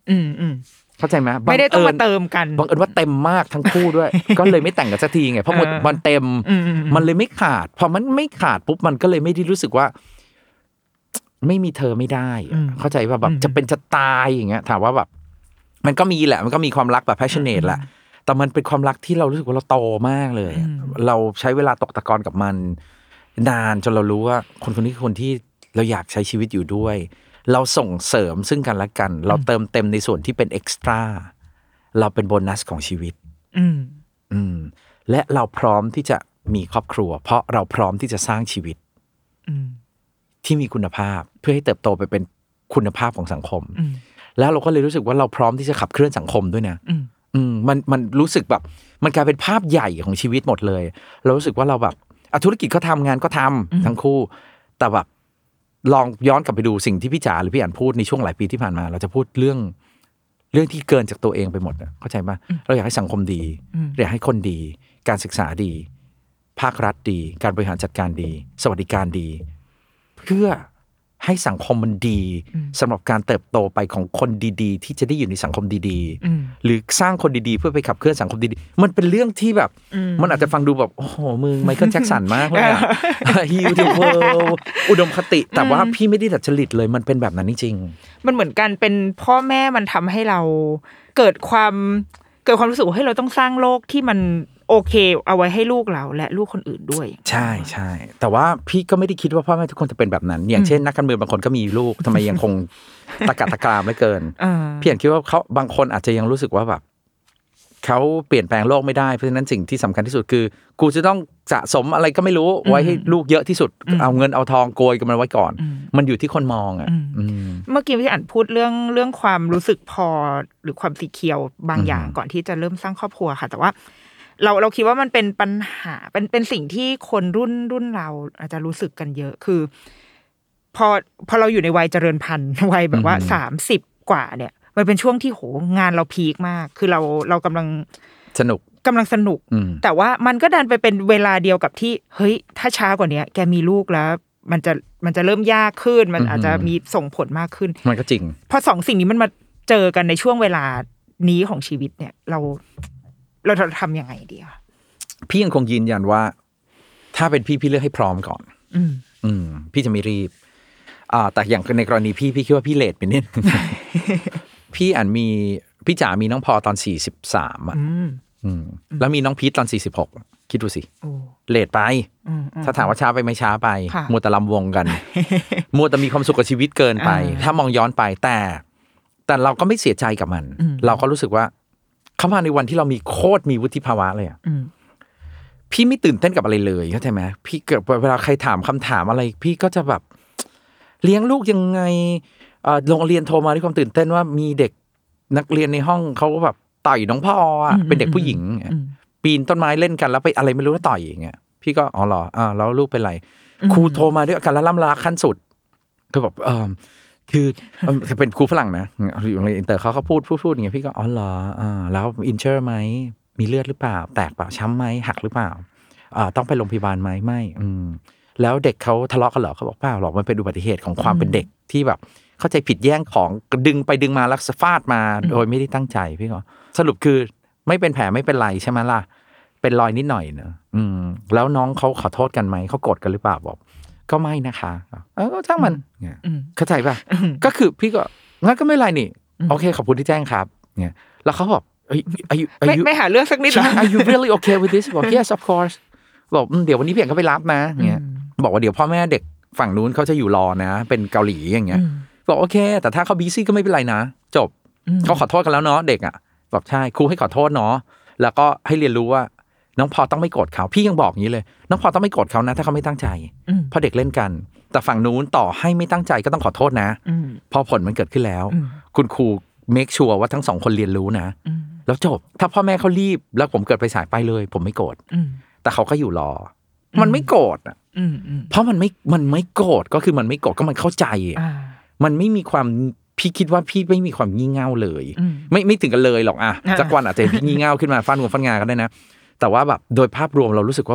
Speaker 6: เข้าใจไหม
Speaker 5: ไม่ได้ต้องมาเติมกัน
Speaker 6: บังเอิญว่าเต็มมากทั้งคู่ด้วย ก็เลยไม่แต่งกันสักทีไงเพราะหมดมันเต็มมันเลยไม่ขาดพอมันไม่ขาดปุ๊บมันก็เลยไม่ได้รู้สึกว่าไม่มีเธอไม่ได้เข้าใจว่าแบบจะเป็นจะตายอย่างเงี้ยถามว่าแบบมันก็มีแหละมันก็มีความรักแบบ passionate แหละแต่มันเป็นความรักที่เรารู้สึกว่าเราโตมากเลยเราใช้เวลาตกตะกอนกับมันนานจนเรารู้ว่าคนนี้คือคนที่เราอยากใช้ชีวิตอยู่ด้วยเราส่งเสริมซึ่งกันและกันเราเติมเต็มในส่วนที่เป็นเอ็กซ์ตร้าเราเป็นโบนัสของชีวิตและเราพร้อมที่จะมีครอบครัวเพราะเราพร้อมที่จะสร้างชีวิตที่มีคุณภาพเพื่อให้เติบโตไปเป็นคุณภาพของสังคมแล้วเราก็เลยรู้สึกว่าเราพร้อมที่จะขับเคลื่อนสังคมด้วยนะมันรู้สึกแบบมันกลายเป็นภาพใหญ่ของชีวิตหมดเลยเรารู้สึกว่าเราแบบธุรกิจก็ทำงานก็ทำทั้งคู่แต่แบบลองย้อนกลับไปดูสิ่งที่พี่จ๋าหรือพี่อั๋นพูดในช่วงหลายปีที่ผ่านมาเราจะพูดเรื่องที่เกินจากตัวเองไปหมดเข้าใจป่ะเราอยากให้สังคมดีอยากให้คนดีการศึกษาดีภาครัฐดีการบริหารจัดการดีสวัสดิการดีเพื่อให้สังคมมันดีสำหรับการเติบโตไปของคนดีๆที่จะได้อยู่ในสังคมดีๆหรือสร้างคนดีๆเพื่อไปขับเคลื่อนสังคมดีๆมันเป็นเรื่องที่แบบมันอาจจะฟังดูแบบโอ้โหมึงไมเคิลแจ็คสันมากเลยอะฮีลทูเวิลด์อุดมคติแต่ว่าพี่ไม่ได้ดัดจริตเลยมันเป็นแบบนั้นจริง
Speaker 5: ๆมันเหมือนกันเป็นพ่อแม่มันทำให้เราเกิดความรู้สึกว่าให้เราต้องสร้างโลกที่มันโอเคเอาไว้ให้ลูกเราและลูกคนอื่นด้วย
Speaker 6: ใช่ใช่แต่ว่าพี่ก็ไม่ได้คิดว่าพ่อแม่ทุกคนจะเป็นแบบนั้นอย่างเช่นนักการเมืองบางคนก็มีลูกทำไมยังคงตะกัดตะกรามไม่เกินพี่คิดว่าเขาบางคนอาจจะยังรู้สึกว่าแบบเขาเปลี่ยนแปลงโลกไม่ได้เพราะฉะนั้นสิ่งที่สำคัญที่สุดคือกูจะต้องสะสมอะไรก็ไม่รู้ไว้ให้ลูกเยอะที่สุดเอาเงินเอาทองโกยกันมันไว้ก่อนมันอยู่ที่คนมองอ่ะ
Speaker 5: เมื่อกี้พี่อั๋นพูดเรื่องความรู้สึกพอหรือความสีเขียวบางอย่างก่อนที่จะเริ่มสร้างครอบครัวค่ะแต่ว่าเราคิดว่ามันเป็นปัญหาเป็นสิ่งที่คนรุ่นเราอาจจะรู้สึกกันเยอะคือพอเราอยู่ในวัยเจริญพันธุ์วัยแบบว่า30กว่าเนี่ยมันเป็นช่วงที่โหงานเราพีคมากคือเรากำลัง
Speaker 6: สนุก
Speaker 5: แต่ว่ามันก็ดันไปเป็นเวลาเดียวกับที่เฮ้ยถ้าช้ากว่านี้แกมีลูกแล้วมันจะเริ่มยากขึ้นมันอาจจะมีส่งผลมากขึ้น
Speaker 6: มันก็จริง
Speaker 5: พอ2สิ่งนี้มันมาเจอกันในช่วงเวลานี้ของชีวิตเนี่ยเราทำยังไงดีอ่ะ
Speaker 6: พี่ยังคงยืนยันว่าถ้าเป็นพี่เลือกให้พร้อมก่อนพี่จะไม่รีบแต่อย่างในกรณีพี่คิดว่าพี่เลทไปนิด พี่อันมีพี่จ๋ามีน้องพอตอน43อ่ะแล้วมีน้องพีทตอน46คิดดูสิเลทไปถ้าถามว่าช้าไปไม่ช้าไปมัวแต่ลำวงกันมัวแต่มีความสุขกับชีวิตเกินไปถ้ามองย้อนไปแต่เราก็ไม่เสียใจกับมันเราก็รู้สึกว่าเข้ามาในวันที่เรามีโคตรมีวุฒิภาวะเลยอ่ะพี่ไม่ตื่นเต้นกับอะไรเลยเข้าใจไหมพี่เกิดเวลาใครถามคำถามอะไรพี่ก็จะแบบเลี้ยงลูกยังไงโรงเรียนโทรมาด้วยความตื่นเต้นว่ามีเด็กนักเรียนในห้องเขาก็แบบต่อยน้องพ่อเป็นเด็กผู้หญิงปีนต้นไม้เล่นกันแล้วไปอะไรไม่รู้แล้วต่อยอย่างเงี้ยพี่ก็อ๋อเหรอแล้วลูกเป็นไรครูโทรมาด้วยการล่ำลาขั้นสุดคือแบบคือเป็นครูฝรั่งนะอยู่โรงเรียนอินเตอร์เขาพูดอย่างเงี้ยพี่ก็อ๋อเหรอแล้วอินเชอร์ไหมมีเลือดหรือเปล่าแตกเปล่าช้ำไหมหักหรือเปล่าต้องไปโรงพยาบาลไหมไม่แล้วเด็กเขาทะเลาะกันเหรอเขาบอกเปล่าหรอกมันเป็นอุบัติเหตุของความเป็นเด็กที่แบบเข้าใจผิดแย่งของดึงไปดึงมาแล้วฟาดมาโดยไม่ได้ตั้งใจพี่ก็สรุปคือไม่เป็นแผลไม่เป็นไรใช่ไหมล่ะเป็นรอยนิดหน่อยเนอะแล้วน้องเขาขอโทษกันไหมเขาโกรธกันหรือเปล่าบอกก็ไม่นะคะก็ช่างมันเข้าใจป่ะก็คือพี่ก็งั้นก็ไม่ไรนี่โอเคขอบคุณที่แจ้งครับเนี่ยแล้วเขาบอก
Speaker 5: ไม่หาเรื่องสักนิดหรอ
Speaker 6: Are you really okay with this บอก Yes of course บอกเดี๋ยววันนี้พี่ก็ไปรับนะเนี่ยบอกว่าเดี๋ยวพ่อแม่เด็กฝั่งนู้นเขาจะอยู่รอนะเป็นเกาหลีอย่างเงี้ยบอกโอเคแต่ถ้าเขาบีซี่ก็ไม่เป็นไรนะจบเขาขอโทษกันแล้วเนาะเด็กอ่ะบอกใช่ครูให้ขอโทษเนาะแล้วก็ให้เรียนรู้ว่าน้องพอต้องไม่โกรธเขาพี่ยังบอกอย่างนี้เลยน้องพอต้องไม่โกรธเขานะถ้าเขาไม่ตั้งใจเพราะเด็กเล่นกันแต่ฝั่งนู้นต่อให้ไม่ตั้งใจก็ต้องขอโทษนะพอผลมันเกิดขึ้นแล้วคุณครูเมคชัวร์ว่าทั้งสองคนเรียนรู้นะแล้วจบถ้าพ่อแม่เขารีบแล้วผมเกิดไปสายไปเลยผมไม่โกรธแต่เขาก็อยู่รอมันไม่โกรธอ่ะเพราะมันไม่โกรธก็คือมันไม่โกรธก็มันเข้าใจมันไม่มีความพี่คิดว่าพี่ไม่มีความงี่เง่าเลยไม่ถึงกันเลยหรอกอ่ะสักวันอาจจะพี่งี่เง่าขึ้นมาฟันหัวฟันงากันได้นะแต่ว่าแบบโดยภาพรวมเรารู้สึกว่าแบบ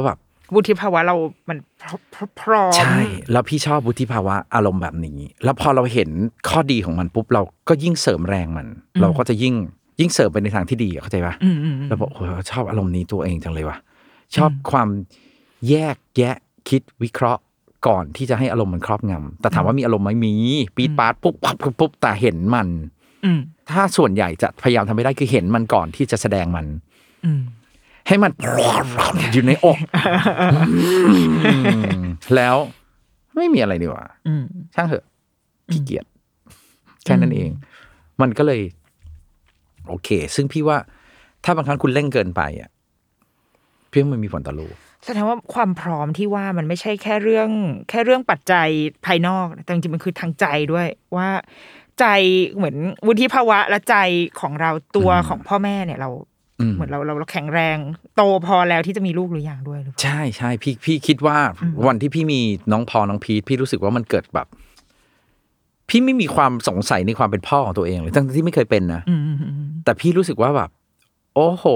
Speaker 5: วุฒิภาวะเรามันพร้อม
Speaker 6: ใช่แล้วพี่ชอบวุฒิภาวะอารมณ์แบบนี้แล้วพอเราเห็นข้อดีของมันปุ๊บเราก็ยิ่งเสริมแรงมันเราก็จะยิ่งเสริมไปในทางที่ดีเข้าใจป่ะแล้วบอกโอ้ชอบอารมณ์นี้ตัวเองจังเลยว่ะชอบความแยกแยะคิดวิเคราะห์ก่อนที่จะให้อารมณ์มันครอบงำแต่ถามว่ามีอารมณ์ไหมมีปี๊ดป๊าดปุ๊บแต่เห็นมันถ้าส่วนใหญ่จะพยายามทำไม่ได้คือเห็นมันก่อนที่จะแสดงมันให้มันอยู่ในอกแล้วไม่มีอะไรดีกว่าช่างเถอะขี้เกียจแค่นั้นเองมันก็เลยโอเคซึ่งพี่ว่าถ้าบางครั้งคุณเร่งเกินไปอ่ะพี่ว่ามันมีผลต่อลูก
Speaker 5: แสดงว่าความพร้อมที่ว่ามันไม่ใช่แค่เรื่องปัจจัยภายนอกแต่จริงๆมันคือทางใจด้วยว่าใจเหมือนวุฒิภาวะและใจของเราตัวของพ่อแม่เนี่ยเราเหมือนเราแข็งแรงโตพอแล้วที่จะมีลูกหรือยังด้วยหรือเปล่า
Speaker 6: ใช่พี่คิดว่าวันที่พี่มีน้องพีทพี่รู้สึกว่ามันเกิดแบบพี่ไม่มีความสงสัยในความเป็นพ่อของตัวเองเลยทั้งที่ไม่เคยเป็นนะแต่พี่รู้สึกว่าแบบโอ้โห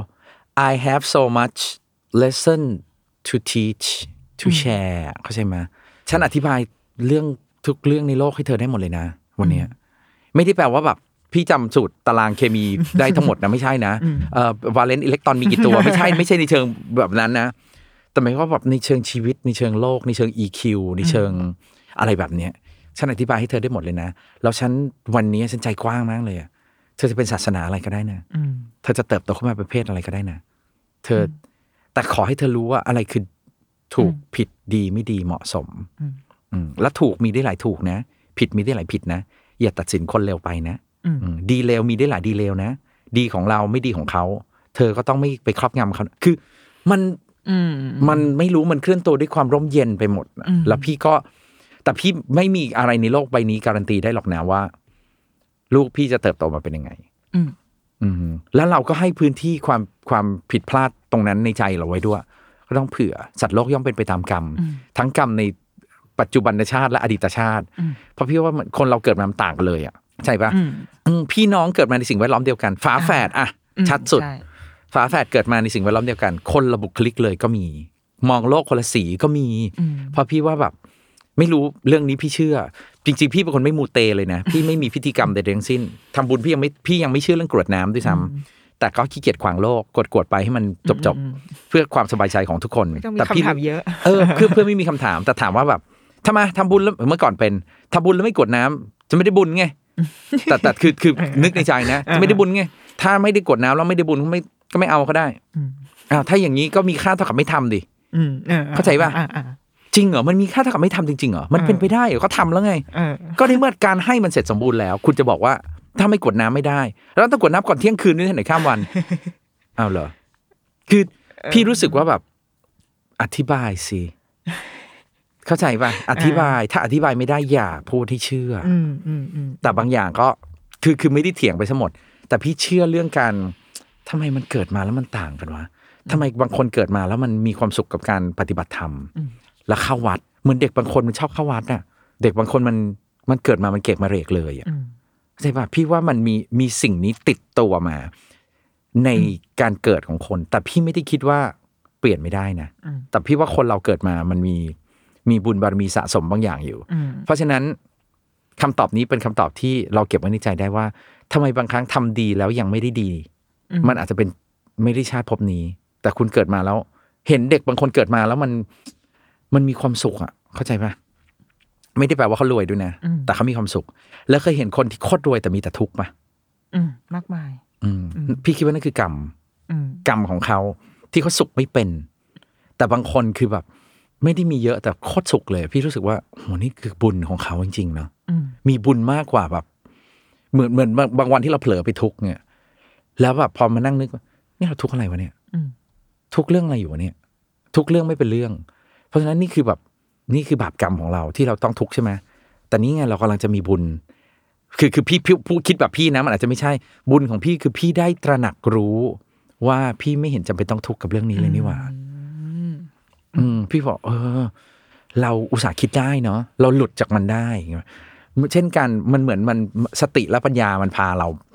Speaker 6: I have so much lesson to teach to share เข้าใจไหมฉันอธิบายเรื่องทุกเรื่องในโลกให้เธอได้หมดเลยนะวันนี้ไม่ได้แปลว่าแบบพี่จำสูตรตารางเคมีได้ทั้งหมดนะไม่ใช่นะวาเลนต์อิเล็กตรอนมีกี่ตัวไม่ใช่ในเชิงแบบนั้นนะแต่หมายความว่าแบบในเชิงชีวิตในเชิงโลกในเชิง EQ ในเชิงอะไรแบบเนี้ยฉันอธิบายให้เธอได้หมดเลยนะแล้วฉันวันนี้ฉันใจกว้างมากเลยอ่ะเธอจะเป็นศาสนาอะไรก็ได้นะเธอจะเติบโตขึ้นมาเป็นเพศอะไรก็ได้นะเธอแต่ขอให้เธอรู้ว่าอะไรคือถูกผิดดีไม่ดีเหมาะสมและถูกมีได้หลายถูกนะผิดมีได้หลายผิดนะอย่าตัดสินคนเร็วไปนะดีเลวมีได้หลายดีเลวนะดีของเราไม่ดีของเขาเธอก็ต้องไม่ไปครอบงำเขาคือมันไม่รู้มันเคลื่อนตัวด้วยความร่มเย็นไปหมดแล้วพี่ก็แต่พี่ไม่มีอะไรในโลกใบนี้การันตีได้หรอกนะว่าลูกพี่จะเติบโตมาเป็นยังไงแล้วเราก็ให้พื้นที่ความผิดพลาดตรงนั้นในใจเราไว้ด้วยก็ต้องเผื่อสัตว์โลกย่อมเป็นไปตามกรรมทั้งกรรมในปัจจุบันชาติและอดีตชาติเพราะพี่ว่าคนเราเกิดมาต่างกันเลยอ่ะใช่ปะพี่น้องเกิดมาในสิ่งแวดล้อมเดียวกันฝาแฝดอ่ะชัดสุดฝาแฝดเกิดมาในสิ่งแวดล้อมเดียวกันคนละบุคลิกเลยก็มีมองโลกคนละสีก็มีเพราะพี่ว่าแบบไม่รู้เรื่องนี้พี่เชื่อจริงๆพี่เป็นคนไม่มูเตเลยนะพี่ไม่มีพิธีกรรมใดๆทั้งสิ้นทำบุญพี่ยังไม่เชื่อเรื่องกรวดน้ำด้วยซ้ำแต่ก็ขี้เกียจขวางโลกกดไปให้มันจบเพื่อความสบายใจของทุกคน
Speaker 5: แต่พี่ถามเยอะ
Speaker 6: เพื่อไม่มีคำถามแต่ถามว่าแบบทำบุญแล้วเมื่อก่อนเป็นทำบุญแล้วไม่กรวดน้ำจะไม่ได้บุญไงแต่คือนึกในใจนะจะไม่ได้บุญไงถ้าไม่ได้กรวดน้ำแล้วไม่ได้บุญก็ไม่เอาก็ได้ถ้าอย่างนี้ก็มีค่าเท่ากับไม่ทำดิเข้าใจป่ะจริงเหรอมันมีค่าเท่ากับไม่ทำจริงๆเหรอมันเป็นไปได้เหรอเขาทำแล้วไงก็ในเมื่อการให้มันเสร็จสมบูรณ์แล้วคุณจะบอกว่าถ้าไม่กรวดน้ำไม่ได้แล้วต้องกรวดน้ำก่อนเที่ยงคืนนี่ไหนข้ามวันเอาเหรอคือพี่รู้สึกว่าแบบอธิบายสิเข้าใจป่ะอธิบายถ้าอธิบายไม่ได้อย่าพูดให้เชื่อแต่บางอย่างก็คือไม่ได้เถียงไปทั้งหมดแต่พี่เชื่อเรื่องการทำไมมันเกิดมาแล้วมันต่างกันวะทำไมบางคนเกิดมาแล้วมันมีความสุขกับการปฏิบัติธรรมแล้วเข้าวัดเหมือนเด็กบางคนมันชอบเข้าวัดน่ะเด็กบางคนมันเกิดมามันเก็บมาเรกเลยอ่ะใช่ป่ะพี่ว่ามันมีสิ่งนี้ติดตัวมาในการเกิดของคนแต่พี่ไม่ได้คิดว่าเปลี่ยนไม่ได้นะแต่พี่ว่าคนเราเกิดมามันมีบุญบารมีสะสมบางอย่างอยู่เพราะฉะนั้นคำตอบนี้เป็นคำตอบที่เราเก็บไว้ในใจได้ว่าทำไมบางครั้งทำดีแล้วยังไม่ได้ดีมันอาจจะเป็นไม่ได้ชาติภพนี้แต่คุณเกิดมาแล้วเห็นเด็กบางคนเกิดมาแล้วมันมีความสุขอ่ะเข้าใจป่ะไม่ได้แปลว่าเขารวยด้วยนะแต่เขามีความสุขแล้วเคยเห็นคนที่โคตรรวยแต่มีแต่ทุกข์ป่ะ
Speaker 5: มากมาย
Speaker 6: พี่คิดว่านั่นคือกรรมของเขาที่เขาสุขไม่เป็นแต่บางคนคือแบบไม่ได้มีเยอะแต่โคตรสุขเลยพี่รู้สึกว่าโหนี่คือบุญของเขาจริงๆเนาะมีบุญมากกว่าแบบเหมือนบางวันที่เราเผลอไปทุกข์เนี่ยแล้วแบบพอมานั่งนึกว่านี่เราทุกข์อะไรวะเนี่ยทุกข์เรื่องอะไรอยู่วะเนี่ยทุกข์เรื่องไม่เป็นเรื่องเพราะฉะนั้นนี่คือบาปกรรมของเราที่เราต้องทุกข์ใช่ไหมแต่นี่ไงเรากำลังจะมีบุญคือพี่ผู้คิดแบบพี่นะมันอาจจะไม่ใช่บุญของพี่คือพี่ได้ตระหนักรู้ว่าพี่ไม่เห็นจำเป็นต้องทุกข์กับเรื่องนี้เลยนี่หว่าพี่บอกเราอุตส่าห์คิดได้เนาะเราหลุดจากมันได้เช่นกันมันเหมือนมันสติและปัญญามันพาเรา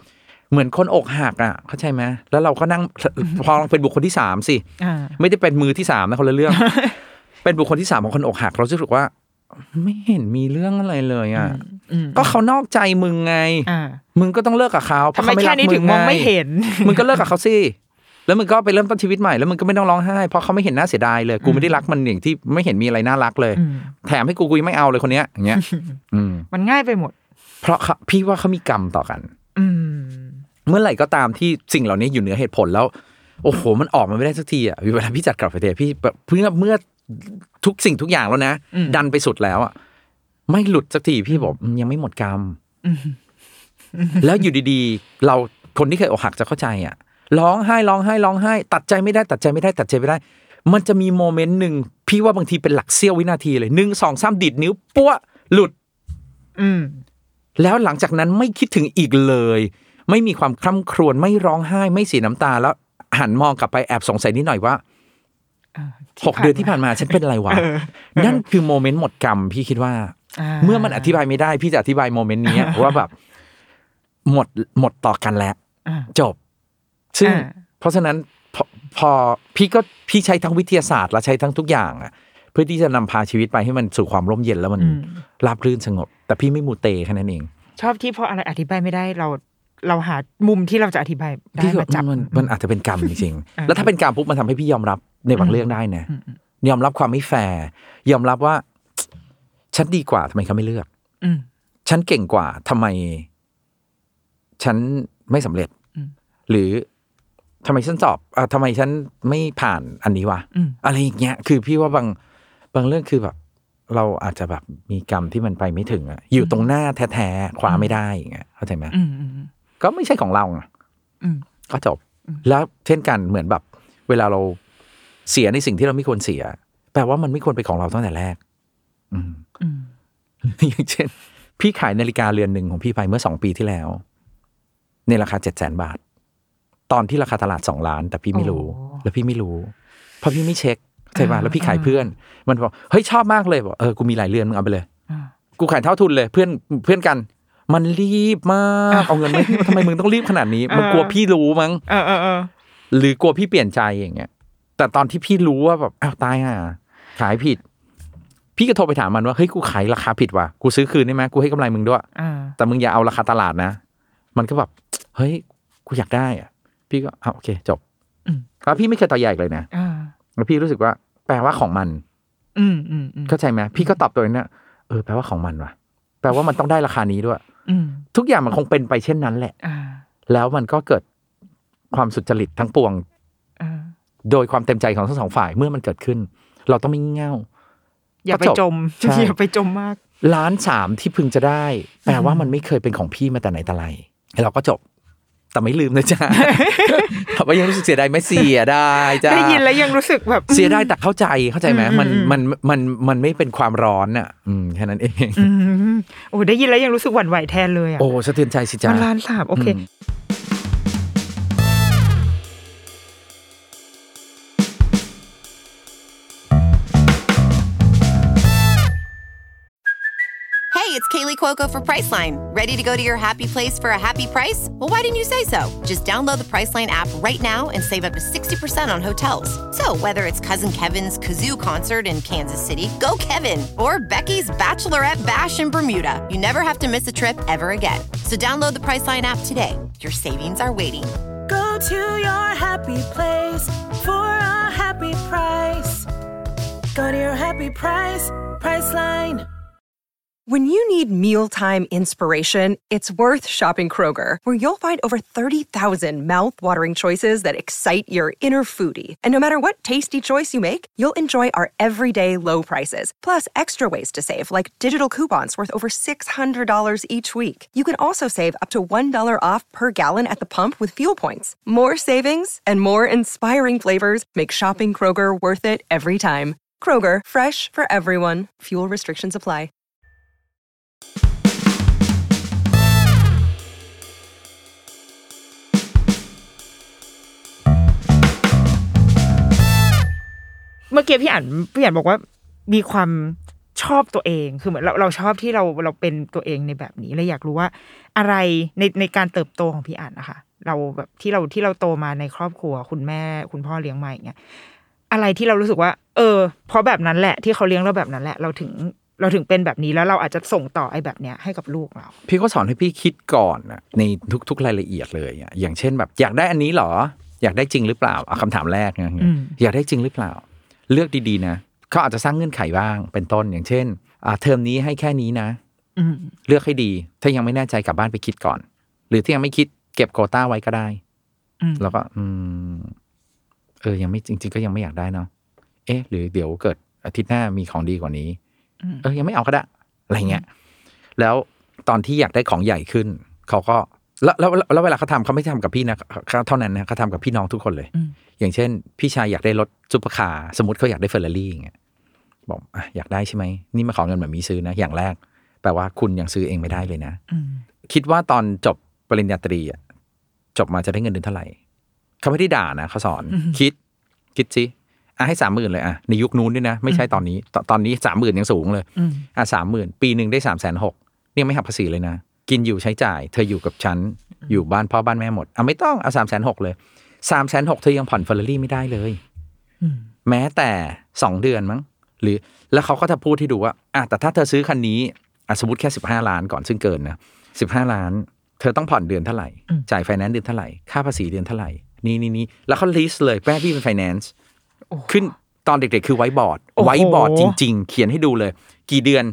Speaker 6: เหมือนคนอกหักอ่ะเข้าใจไหมแล้วเราก็นั่งพอเป็นบุคคลที่3สิไม่ได้เป็นมือที่3นะคนละเรื่อง เป็นบุคคลที่3ของคนอกหักเรารู้สึกว่าไม่เห็นมีเรื่องอะไรเลยอ่ะก็เขานอกใจมึงไงมึงก็ต้องเลิกกับเขาเพราะเขาไม่รักมึงไงมึงก็เลิกกับเขาสิแล้วมึงก็ไปเริ่มต้นชีวิตใหม่แล้วมึงก็ไม่ต้องร้องไห้เพราะเขาไม่เห็นน่าเสียดายเลยกูไม่ได้รักมันอย่างที่ไม่เห็นมีอะไรน่ารักเลยแถมให้กูยังไม่เอาเลยคนเนี้ยอย่างเงี้ย
Speaker 5: มันง่ายไปหมด
Speaker 6: เพราะพี่ว่าเขามีกรรมต่อกันเมื่อไหร่ก็ตามที่สิ่งเหล่านี้อยู่เหนือเหตุผลแล้วโอ้โหมันออกมาไม่ได้สักทีอ่ะเวลาพี่จัดกลับไปเทพี่เมื่อทุกสิ่งทุกอย่างแล้วนะดันไปสุดแล้วอ่ะไม่หลุดสักทีพี่บอกยังไม่หมดกรรมแล้วอยู่ดีๆเราคนที่เคยอกหักจะเข้าใจอ่ะร้องไห้ตัดใจไม่ได้มันจะมีโมเมนต์นึงพี่ว่าบางทีเป็นหลักเสี้ยววินาทีเลย1 2 3ดีดนิ้วปั้วหลุดแล้วหลังจากนั้นไม่คิดถึงอีกเลยไม่มีความคร่ำครวญไม่ร้องไห้ไม่เสียน้ำตาแล้วหันมองกลับไปแอบสงสัยนิดหน่อยว่า6 เดือนที่ผ่านมาฉันเป็นอะไรวะนั่นคือโมเมนต์หมดกรรมพี่คิดว่าเมื่อมันอธิบายไม่ได้พี่จะอธิบายโมเมนต์นี้ว่าแบบหมดต่อกันแล้วจบซึ่งเพราะฉะนั้นพอพี่ใช้ทั้งวิทยาศาสตร์และใช้ทั้งทุกอย่างอ่ะเพื่อที่จะนำพาชีวิตไปให้มันสู่ความร่มเย็นแล้วมันราบรื่นสงบแต่พี่ไม่มูเตแค่นั้นเอง
Speaker 5: ชอบที่พออะไรอธิบายไม่ได้เราหามุมที่เราจะอธิบายได้มาจับ
Speaker 6: มันอาจจะเป็นกรรมจริงๆแล้วถ้าเป็นกรรมปุ๊บมันทำให้พี่ยอมรับในบางเรื่องได้นะยอมรับความไม่แฟร์ยอมรับว่าฉันดีกว่าทำไมเขาไม่เลือกฉันเก่งกว่าทำไมฉันไม่สำเร็จหรือทำไมฉันสอบทำไมฉันไม่ผ่านอันนี้วะอะไรอย่างเงี้ยคือพี่ว่าบางเรื่องคือแบบเราอาจจะแบบมีกรรมที่มันไปไม่ถึงอะอยู่ตรงหน้าแท้ๆคว้าไม่ได้อย่างเงี้ยเข้าใจไหมก็ไม่ใช่ของเราไงก็จบแล้วเช่นกันเหมือนแบบเวลาเราเสียในสิ่งที่เราไม่ควรเสียแปลว่ามันไม่ควรเป็นของเราตั้งแต่แรกอย่างเช่นพี่ขายนาฬิกาเรือนหนึ่งของพี่ไปเมื่อ2 ปีที่แล้วในราคา700,000 บาทตอนที่ราคาตลาด2 ล้านแต่พี่ไม่รู้แล้วพี่ไม่รู้เพราะพี่ไม่เช็คใช่ป่ะแล้วพี่ขายเพื่อนมันบอกเฮ้ยชอบมากเลยบอกกูมีหลายเรือนมึงเอาไปเลยกูขายเท่าทุนเลยเพื่อนกันมันรีบมากเอาเงินไหมทำไมมึงต้องรีบขนาดนี้มึงกลัวพี่รู้มั้งหรือกลัวพี่เปลี่ยนใจอย่างเงี้ยแต่ตอนที่พี่รู้ว่าแบบอ้าวตายห่าขายผิดพี่ก็โทรไปถามมันว่าเฮ้ยกูขายราคาผิดว่ะกูซื้อคืนได้ไหมกูให้กำไรมึงด้วยแต่มึงอย่าเอาราคาตลาดนะมันก็แบบเฮ้ยกูอยากได้อ่ะพี่ก็โอเคจบแล้วพี่ไม่เคยต่อใหญ่เลยนะแล้วพี่รู้สึกว่าแปลว่าของมันเข้าใจไหมพี่ก็ตอบตัวเองเนี่ยแปลว่าของมันว่ะแปลว่ามันต้องได้ราคานี้ด้วยทุกอย่างมันคงเป็นไปเช่นนั้นแหละแล้วมันก็เกิดความสุจริตทั้งปวงโดยความเต็มใจของทั้งสองฝ่ายเมื่อมันเกิดขึ้นเราต้องไม่งี่เง่า
Speaker 5: อย่าไปจมอย่าไปจมมาก
Speaker 6: 1,300,000ที่พึงจะได้แปลว่ามันไม่เคยเป็นของพี่มาแต่ไหนแต่ไรเราก็จบแต่ไม่ลืมนะจ๊ะว่ายังรู้สึกเสียดายไหมเสียดายจ้ะ
Speaker 5: ได้ยินแล้วยังรู้สึกแบบ
Speaker 6: เสียดายแต่เข้าใจไหมมันไม่เป็นความร้อนอ่ะแค่นั้นเอง
Speaker 5: โอ้ได้ยินแล้วยังรู้สึกหวั่นไหวแทนเลยอ่ะ
Speaker 6: โอ้สะเทือนใจสิจ๊ะ
Speaker 5: 1,300,000โอเค
Speaker 2: Hey, it's Kaylee Cuoco for Priceline. Ready to go to your happy place for a happy price? Well, why didn't you say so? Just download the Priceline app right now and save up to 60% on hotels. So whether it's Cousin Kevin's Kazoo Concert in Kansas City, go Kevin, or Becky's Bachelorette Bash in Bermuda, you never have to miss a trip ever again. So download the Priceline app today. Your savings are waiting.
Speaker 7: Go to your happy place for a happy price. Go to your happy price, Priceline.
Speaker 8: When you need mealtime inspiration, it's worth shopping Kroger, where you'll find over 30,000 mouth-watering choices that excite your inner foodie. And no matter what tasty choice you make, you'll enjoy our everyday low prices, plus extra ways to save, like digital coupons worth over $600 each week. You can also save up to $1 off per gallon at the pump with fuel points. More savings and more inspiring flavors make shopping Kroger worth it every time. Kroger, fresh for everyone. Fuel restrictions apply.
Speaker 5: เมื่อกี้พี่อ่านบอกว่ามีความชอบตัวเองคือเหมือนเราชอบที่เราเป็นตัวเองในแบบนี้เลยอยากรู้ว่าอะไรในการเติบโตของพี่อั๋นนะคะเราแบบที่เราโตมาในครอบครัวคุณแม่คุณพ่อเลี้ยงมาอย่างเงี้ยอะไรที่เรารู้สึกว่าเพราะแบบนั้นแหละที่เขาเลี้ยงเราแบบนั้นแหละเราถึงเป็นแบบนี้แล้วเราอาจจะส่งต่อไอ้แบบเนี้ยให้กับลูกเรา
Speaker 6: พี่ก็สอนให้พี่คิดก่อนนะในทุกรายละเอียดเลยอย่างเช่นแบบอยากได้อันนี้หรออยากได้จริงหรือเปล่าคำถามแรกนะอยากได้จริงหรือเปล่าเลือกดีๆนะเขาอาจจะสร้างเงื่อนไขบ้างเป็นต้นอย่างเช่นเทอมนี้ให้แค่นี้นะเลือกให้ดีถ้ายังไม่แน่ใจกลับบ้านไปคิดก่อนหรือถ้ายังไม่คิดเก็บโควต้าไว้ก็ได้แล้วก็ยังไม่จริงๆก็ยังไม่อยากได้เนาะหรือเดี๋ยวเกิดอาทิตย์หน้ามีของดีกว่านี้ยังไม่เอาก็ได้อะไรเงี้ยแล้วตอนที่อยากได้ของใหญ่ขึ้นเขาก็แล้วเวลาเขาทำเขาไม่ทำกับพี่นะเท่านั้นนะเขาทำกับพี่น้องทุกคนเลยอย่างเช่นพี่ชายอยากได้รถซุปเปอร์คาร์สมมติเขาอยากได้เฟอร์รารี่อย่างเงี้ยบอกอยากได้ใช่ไหมนี่มาขอเงินแบบนี้ซื้อนะอย่างแรกแปลว่าคุณยังซื้อเองไม่ได้เลยนะคิดว่าตอนจบปริญญาตรีจบมาจะได้เงินเดือนเท่าไหร่เขาไม่ได้ด่านะเขาสอนคิดสิให้ 30,000 เลยในยุคนู้นด้วยนะไม่ใช่ตอนนี้ 30,000 ยังสูงเลย30,000 ปีนึงได้ 360,000 นี่ไม่หักภาษีเลยนะกินอยู่ใช้จ่ายเธออยู่กับฉันอยู่บ้านพ่อบ้านแม่หมดไม่ต้อง360,000 เลย 360,000 เธอยังผ่อนเฟอร์รารี่ไม่ได้เลยแม้แต่2 เดือนมั้งหรือแล้วเขาก็จะพูดให้ดูว่าแต่ถ้าเธอซื้อคันนี้สมมติแค่15 ล้านก่อนซึ่งเกินนะ15 ล้านเธอต้องผ่อนเดือนเท่าไหร่จ่ายไฟแนนซ์เดือนเท่าไหร่ค่าภาษีเดือนเท่าไหร่นี่แล้วเขาลิสต์เลยแม่พี่เป็นไฟแนนซ์ขึ้นตอนเด็กๆคือไวท์บอร์ดจริงๆเขียนให้ดูเลยกี่เดือน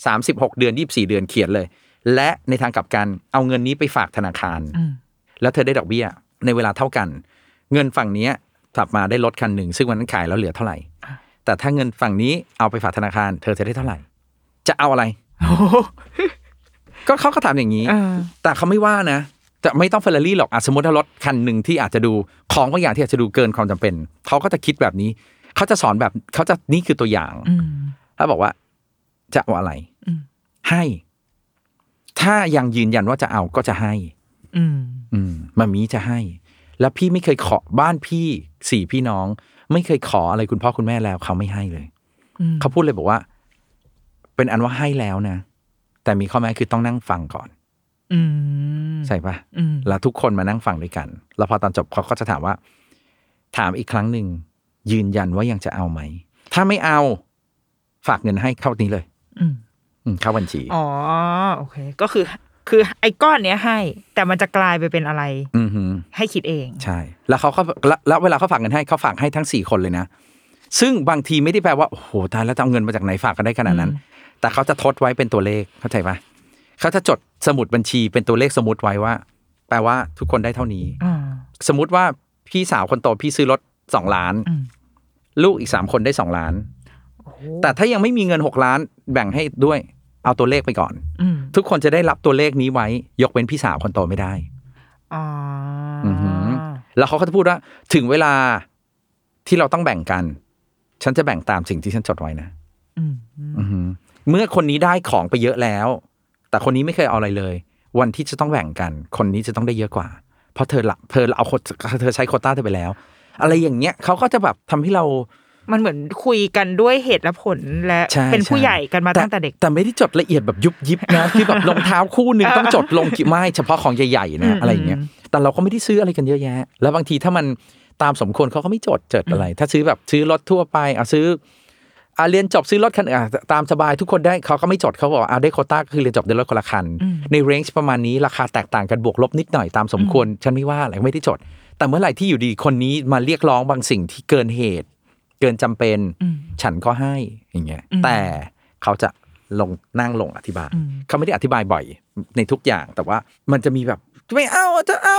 Speaker 6: 36 เดือน24 เดือนเขียนเลยและในทางกลับกันเอาเงินนี้ไปฝากธนาคารแล้วเธอได้ดอกเบี้ยในเวลาเท่ากันเงินฝั่งนี้กลับมาได้รถคันหนึ่งซึ่งวันนั้นขายแล้วเหลือเท่าไหร่แต่ถ้าเงินฝั่งนี้เอาไปฝากธนาคารเธอจะได้เท่าไหร่จะเอาอะไรก็เขาก็ถามอย่างนี้แต่เขาไม่ว่านะจะไม่ต้องเฟอร์รารี่หรอกสมมติถ้ารถคันหนึ่งที่อาจจะดูของบางอย่างที่อาจจะดูเกินความจำเป็นเขาก็จะคิดแบบนี้เขาจะสอนแบบเขาจะนี่คือตัวอย่างแล้วบอกว่าจะเอาอะไรให้ถ้ายังยืนยันว่าจะเอาก็จะให้มามีจะให้แล้วพี่ไม่เคยขอบ้านพี่4 พี่น้องไม่เคยขออะไรคุณพ่อคุณแม่แล้วเขาไม่ให้เลยเขาพูดเลยบอกว่าเป็นอันว่าให้แล้วนะแต่มีข้อแม้คือต้องนั่งฟังก่อนใช่ปะแล้วทุกคนมานั่งฟังด้วยกันแล้วพอตอนจบเขาก็จะถามว่าถามอีกครั้งหนึ่งยืนยันว่ายังจะเอาไหมถ้าไม่เอาฝากเงินให้เข้านี้เลยเข้าบัญชี
Speaker 5: โอเคก็คือไอ้ก้อนเนี้ยให้แต่มันจะกลายไปเป็นอะไรให้คิดเอง
Speaker 6: ใช่แล้วเขาก็แล้วเวลาเขาฝากเงินให้เขาฝากให้ทั้ง4 คนเลยนะซึ่งบางทีไม่ได้แปลว่าโอ้โหตายแล้วจะเอาเงินมาจากไหนฝากกันได้ขนาดนั้นแต่เขาจะทดไว้เป็นตัวเลขเข้าใจปะเขาจะจดสมุดบัญชีเป็นตัวเลขสมมุติไว้ว่าแปลว่าทุกคนได้เท่านี้สมมุติว่าพี่สาวคนโตพี่ซื้อรถ2 ล้านลูกอีก3 คนได้2 ล้านแต่ถ้ายังไม่มีเงิน6 ล้านแบ่งให้ด้วยเอาตัวเลขไปก่อนทุกคนจะได้รับตัวเลขนี้ไว้ยกเว้นพี่สาวคนโตไม่ได้แล้วเขาก็จะพูดว่าถึงเวลาที่เราต้องแบ่งกันฉันจะแบ่งตามสิ่งที่ฉันจดไว้นะเมื่อคนนี้ได้ของไปเยอะแล้วแต่คนนี้ไม่เคยเอาอะไรเลยวันที่จะต้องแบ่งกันคนนี้จะต้องได้เยอะกว่าเพราะเธอใช้โควต้าเธอไปแล้วอะไรอย่างเงี้ยเขาก็จะแบบทำให้เรา
Speaker 5: มันเหมือนคุยกันด้วยเหตุและผลและเป็นผู้ใหญ่กันมาตั้งแต่เด็ก
Speaker 6: แต่ไม่ได้จดละเอียดแบบยุบยิบนะคือแบบรองเท้าคู่นึงต้องจดลงกี่ไม้เฉพาะของใหญ่ๆนะอะไรอย่างเงี้ยแต่เราก็ไม่ได้ซื้ออะไรกันเยอะแยะแล้วบางทีถ้ามันตามสมควรเขาก็ไม่จดอะไรถ้าซื้อแบบซื้อรถทั่วไปซื้อเรียนจบซื้อรถคันตามสบายทุกคนได้เขาก็ไม่จดเขาบอกได้โควต้าก็คือเรียนจบได้รถคนละคันในเรนจ์ประมาณนี้ราคาแตกต่างกันบวกลบนิดหน่อยตามสมควรฉันไม่ว่าอะไรไม่ได้จดแต่เมื่อไหร่ที่อยู่ดีคนนี้มาเรียกร้องบางสิ่งที่เกินเหตุเกินจำเป็นฉันก็ให้อย่างเงี้ยแต่เขาจะนั่งลงอธิบายเขาไม่ได้อธิบายบ่อยในทุกอย่างแต่ว่ามันจะมีแบบไม่เอาจะเอา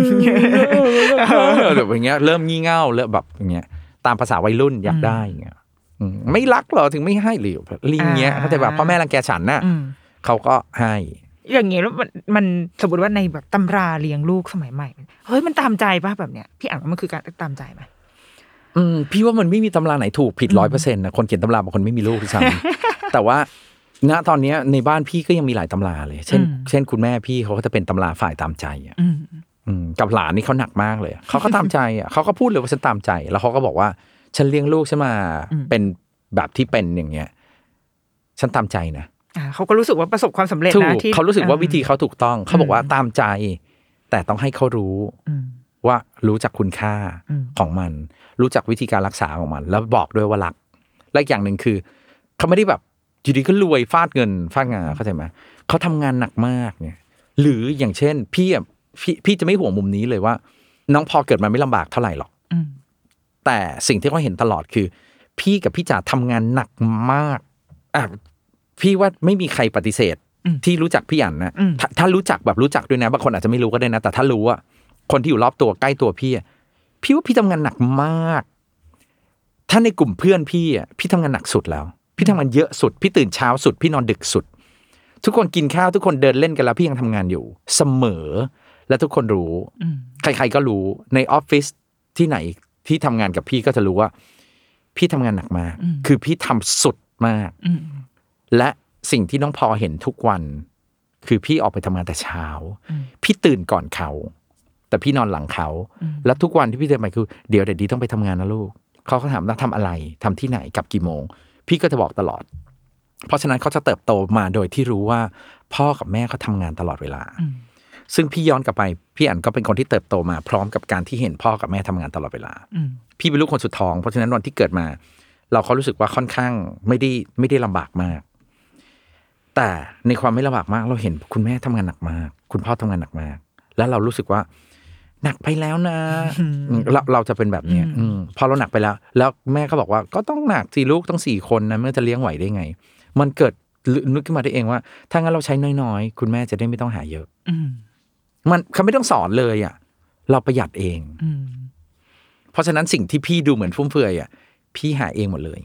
Speaker 6: แบบอย่างเงี้ยเริ่มงี่เง่าเริ่มแบบอย่างเงี้ยตามภาษาวัยรุ่นอยากได้อย่างเงี้ยไม่รักเหรอถึงไม่ให้หรือลิงเงี้ยเขาจะแบบพ่อแม่รังแกฉันน่ะเขาก็ให้
Speaker 5: อย่างเงี้ยแล้วมันสมมติว่าในแบบตำราเลี้ยงลูกสมัยใหม่เฮ้ยมันตามใจป่ะแบบเนี้ยพี่อ่านว่ามันคือการตามใจไหม
Speaker 6: พี่ว่ามันไม่มีตำราไหนถูกผิด 100% นะคนเขียนตำราบางคนไม่มีลูกที่ซ้ำแต่ว่าณตอนนี้ในบ้านพี่ก็ยังมีหลายตำราเลยเช่นคุณแม่พี่เขาก็จะเป็นตำราฝ่ายตามใจกับหลานนี่เขาหนักมากเลยเขาก็ตามใจเขาก็พูดเลยว่าฉันตามใจแล้วเขาก็บอกว่าฉันเลี้ยงลูกฉันมาเป็นแบบที่เป็นอย่างเงี้ยฉันตามใจนะ
Speaker 5: เขาก็รู้สึกว่าประสบความสำเร็จนะที่
Speaker 6: เขารู้สึกว่าวิธีเขาถูกต้องเขาบอกว่าตามใจแต่ต้องให้เขารู้ว่ารู้จักคุณค่าของมันรู้จักวิธีการรักษาของมันแล้วบอกด้วยว่ารักและอีกอย่างหนึ่งคือเขาไม่ได้แบบอยู่ดีก็รวยฟาดเงินฟาดงานเข้าใจไหมเขาทำงานหนักมากเนี่ยหรืออย่างเช่นพี่จะไม่ห่วงมุมนี้เลยว่าน้องพอเกิดมาไม่ลำบากเท่าไหร่หรอกแต่สิ่งที่เขาเห็นตลอดคือพี่กับพี่จ๋าทำงานหนักมากพี่ว่าไม่มีใครปฏิเสธที่รู้จักพี่อั๋นนะถ้ารู้จักแบบรู้จักด้วยนะบางคนอาจจะไม่รู้ก็ได้นะแต่ถ้ารู้ว่าคนที่อยู่รอบตัวใกล้ตัวพี่ว่าพี่ทำงานหนักมากถ้าในกลุ่มเพื่อนพี่ทำงานหนักสุดแล้วพี่ทำงานเยอะสุดพี่ตื่นเช้าสุดพี่นอนดึกสุดทุกคนกินข้าวทุกคนเดินเล่นกันแล้วพี่ยังทำงานอยู่เสมอและทุกคนรู้ใครๆก็รู้ในออฟฟิศที่ไหนที่ทำงานกับพี่ก็จะรู้ว่าพี่ทำงานหนักมากคือพี่ทำสุดมากและสิ่งที่น้องพอเห็นทุกวันคือพี่ออกไปทำงานแต่เช้าพี่ตื่นก่อนเขาแต่พี่นอนหลังเขาแล้วทุกวันที่พี่เดินไปคือเดี๋ยวดีต้องไปทำงานนะลูกเขาก็ถามว่าทำอะไรทำที่ไหนกลับกี่โมงพี่ก็จะบอกตลอดเพราะฉะนั้นเขาจะเติบโตมาโดยที่รู้ว่าพ่อกับแม่เขาทำงานตลอดเวลาซึ่งพี่ย้อนกลับไปพี่อั๋นก็เป็นคนที่เติบโตมาพร้อมกับการที่เห็นพ่อกับแม่ทำงานตลอดเวลาพี่เป็นลูกคนสุดท้องเพราะฉะนั้นวันที่เกิดมาเราเขารู้สึกว่าค่อนข้างไม่ได้ลำบากมากแต่ในความไม่ลำบากมากเราเห็นคุณแม่ทำงานหนักมากคุณพ่อทำงานหนักมากแล้วเรารู้สึกว่าหนักไปแล้วนะเราจะเป็นแบบนี้พอเราหนักไปแล้วแม่ก็บอกว่าก็ต้องหนัก4 ลูกต้อง4 คนนะเมื่อจะเลี้ยงไหวได้ไงมันเกิดนึกขึ้นมาได้เองว่าถ้างั้นเราใช้น้อยๆคุณแม่จะได้ไม่ต้องหาเยอะมันเขาไม่ต้องสอนเลยอ่ะเราประหยัดเองเพราะฉะนั้นสิ่งที่พี่ดูเหมือนฟุ่มเฟือยอ่ะพี่หาเองหมดเลย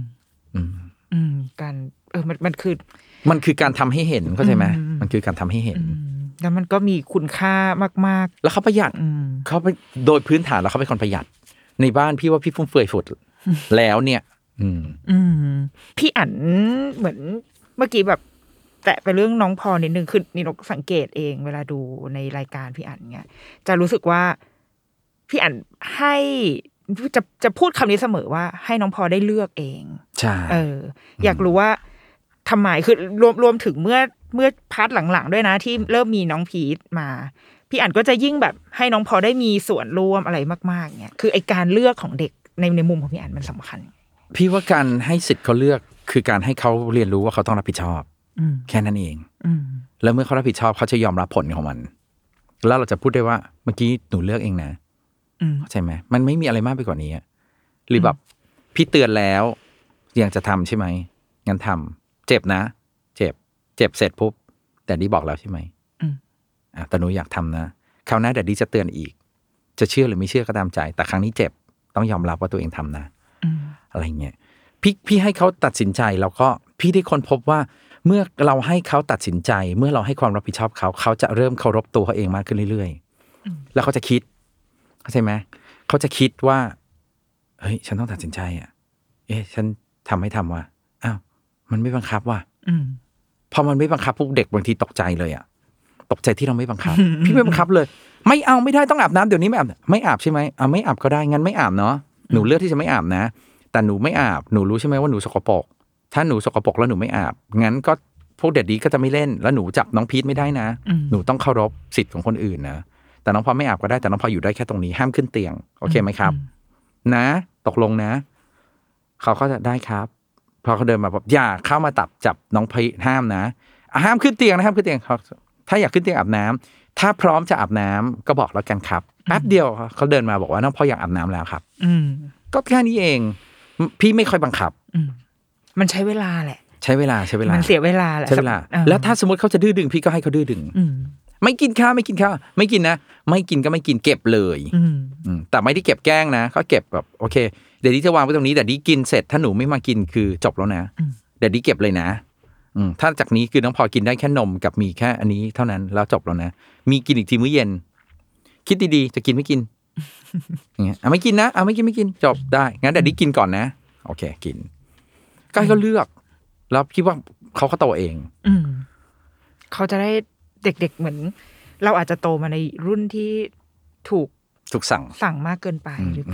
Speaker 5: การมันคือ
Speaker 6: การทำให้เห็นเข้าใจไหมมันคือการทำให้เห็น
Speaker 5: แล้วมันก็มีคุณค่ามาก
Speaker 6: ๆแล้วเขาประหยัดเขาไปโดยพื้นฐานแล้วเขาเป็นคนประหยัดในบ้านพี่ว่าพี่ฟุ่มเฟือยฝุดแล้วเนี่ย
Speaker 5: พี่อั๋นเหมือนเมื่อกี้แบบแตะไปเรื่องน้องพอนิดนึงคือนี่นกสังเกตเองเวลาดูในรายการพี่อั๋นเนี่ยจะรู้สึกว่าพี่อั๋นให้จะพูดคำนี้เสมอว่าให้น้องพอได้เลือกเอง
Speaker 6: ใช่
Speaker 5: อยากรู้ว่าทำไมคือรวมถึงเมื่อพาร์ทหลังๆด้วยนะที่เริ่มมีน้องพีทมาพี่อั๋นก็จะยิ่งแบบให้น้องพอได้มีส่วนร่วมอะไรมากๆเนี่ยคือไอการเลือกของเด็กในมุมของพี่อั๋นมันสำคัญ
Speaker 6: พี่ว่าการให้สิทธิ์เขาเลือกคือการให้เขาเรียนรู้ว่าเขาต้องรับผิดชอบแค่นั้นเองแล้วเมื่อเขารับผิดชอบเขาจะยอมรับผลของมันแล้วเราจะพูดได้ว่าเมื่อกี้หนูเลือกเองนะเข้าใจไหมมันไม่มีอะไรมากไปกว่านี้หรือแบบพี่เตือนแล้วยังจะทำใช่ไหมงั้นทำเจ็บนะเจ็บเสร็จปุ๊บแต่ดีบอกแล้วใช่ไหมแต่หนูอยากทำนะคราวหน้าแต่ดีจะเตือนอีกจะเชื่อหรือไม่เชื่อก็ตามใจแต่ครั้งนี้เจ็บต้องยอมรับว่าตัวเองทำนะอะไรเงี้ยพี่ให้เขาตัดสินใจแล้วก็พี่ได้ค้นพบว่าเมื่อเราให้เขาตัดสินใจเมื่อเราให้ความรับผิดชอบเขาจะเริ่มเคารพตัวเขาเองมากขึ้นเรื่อยๆแล้วเขาจะคิดเข้าใจไหมเขาจะคิดว่าเฮ้ยฉันต้องตัดสินใจฉันทำไม่ทำวะอ้าวมันไม่บังคับว่ะพอมันไม่บังคับพวกเด็กบางทีตกใจเลยตกใจที่เราไม่บังคับ พี่ไม่บังคับเลยไม่เอาไม่ได้ต้องอาบน้ำเดี๋ยวนี้ไม่อาบใช่ไหมไม่อาบก็ได้งั้นไม่อาบเนาะหนูเลือกที่จะไม่อาบนะแต่หนูไม่อาบหนูรู้ใช่ไหมว่าหนูสกปรกถ้าหนูสกปรกแล้วหนูไม่อาบงั้นก็พวกเด็กดีก็จะไม่เล่นแล้วหนูจับน้องพีทไม่ได้นะหนูต้องเคารพสิทธิ์ของคนอื่นนะแต่น้องพอไม่อาบก็ได้แต่น้องพออยู่ได้แค่ตรงนี้ห้ามขึ้นเตียงโอเคไหมครับนะตกลงนะเขาก็จะได้ครับพอเขาเดินมาแบบอย่าเข้ามาจับน้องพีทห้ามนะห้ามขึ้นเตียงนะห้ามขึ้นเตียงเขาถ้าอยากขึ้นเตียงอาบน้ำถ้าพร้อมจะอาบน้ำก็บอกแล้วกันครับแป๊บเดียวเขาเดินมาบอกว่าน้องพ่ออยากอาบน้ำแล้วครับก็แค่นี้เองพี่ไม่ค่อยบังคับ
Speaker 5: มันใช้เวลาแหละ
Speaker 6: ใช้เวลา
Speaker 5: มันเสียเวลาแหละ
Speaker 6: ใช้เวลาแล้วถ้าสมมติเขาจะดื้อดึงพี่ก็ให้เขาดื้อดึงไม่กินข้าวไม่กินนะไม่กินก็ไม่กินเก็บเลยแต่ไม่ได้เก็บแกล้งนะเขาเก็บแบบโอเคเดี๋ยวนี้จะวางไว้ตรงนี้แต่ดีกินเสร็จถ้าหนูไม่มากินคือจบแล้วนะเดี๋ยวดีเก็บเลยนะถ้าจากนี้คือน้องพอกินได้แค่นมกับมีแค่อันนี้เท่านั้นแล้วจบแล้วนะมีกินอีกทีมื้อเย็นคิดดีๆจะกินไม่กินอย่างเงี้ยไม่กินนะไม่กินจบได้งั้นเดี๋ยวดีกินก่อนนะโอเคกินก็ให้เขาเลือกแล้วคิดว่าเขาโตเอง
Speaker 5: เขาจะได้เด็กๆเหมือนเราอาจจะโตมาในรุ่นที่ถูก
Speaker 6: สั่ง
Speaker 5: มากเกินไปหรือเปล่า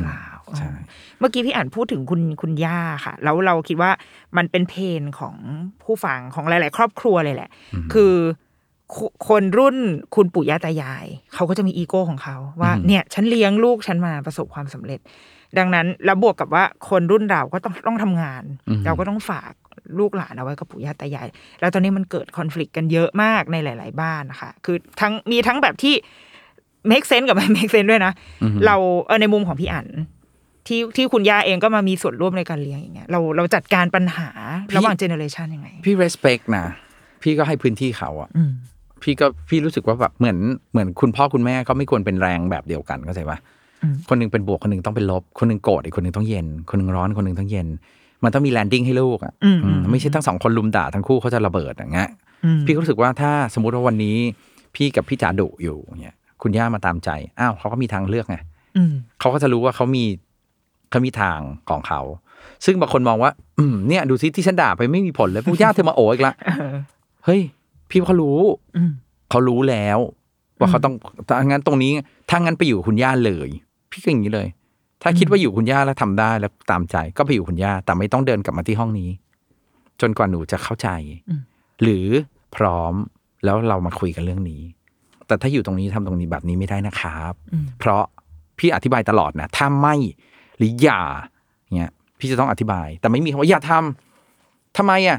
Speaker 6: ใช่
Speaker 5: เมื่อกี้พี่อ่านพูดถึงคุณย่าค่ะแล้วเราคิดว่ามันเป็นเพนของผู้ฟังของหลายๆครอบครัวเลยแหละคือคนรุ่นคุณปู่ย่าตายายเขาก็จะมีอีโก้ของเขาว่าเนี่ยฉันเลี้ยงลูกฉันมาประสบความสำเร็จดังนั้นแล้วบวกกับว่าคนรุ่นเราก็ต้องทำงานเราก็ต้องฝากลูกหลานเอาไว้กับปู่ย่าตายายแล้วตอนนี้มันเกิดคอนฟลิกต์กันเยอะมากในหลายๆบ้านนะคะคือมีทั้งแบบที่ make sense กับไม่ make sense ด้วยนะเราในมุมของพี่อั๋นที่คุณย่าเองก็มามีส่วนร่วมในการเลี้ยงอย่างเงี้ยเราจัดการปัญหาระหว่างเจเนอเรชันยังไง
Speaker 6: พี่ respect นะพี่ก็ให้พื้นที่เขาอ่ะพี่รู้สึกว่าแบบเหมือนคุณพ่อคุณแม่ก็ไม่ควรเป็นแรงแบบเดียวกันเข้าใจป่ะคนนึงเป็นบวกคนนึงต้องเป็นลบคนนึงโกรธอีกคนนึงต้องเย็นคนนึงร้อนคนนึงต้องเย็นมันต้องมีแลนดิ้งให้ลูกอ่ะไม่ใช่ทั้งสองคนลุมด่าทั้งคู่เขาจะระเบิดอย่างเงี้ยพี่ก็รู้สึกว่าถ้าสมมติว่าวันนี้พี่กับพี่จ๋าดุอยู่เนี่ยคุณย่ามาตามใจอ้าวเขาก็มีทางเลือกไงเขาก็จะรู้ว่าเขามีทางของเขาซึ่งบางคนมองว่าเนี่ยดูซิที่ฉันด่าไปไม่มีผลเลยปู่ย่าเธอมาโอ๋อีกละเฮ้ยพี่เขารู้แล้วว่าเขาต้องงั้นตรงนี้ถ้างั้นไปอยู่คุณย่าเลยพี่ก็อย่างนี้เลยถ้าคิดว่าอยู่คุณย่าแล้วทำได้แล้วตามใจก็ไปอยู่คุณย่าแต่ไม่ต้องเดินกลับมาที่ห้องนี้จนกว่าหนูจะเข้าใจหรือพร้อมแล้วเรามาคุยกันเรื่องนี้แต่ถ้าอยู่ตรงนี้ทำตรงนี้แบบนี้ไม่ได้นะครับเพราะพี่อธิบายตลอดนะถ้าไม่หรืออย่าเนี่ยพี่จะต้องอธิบายแต่ไม่มีคำว่าอย่าทำทำไมอ่ะ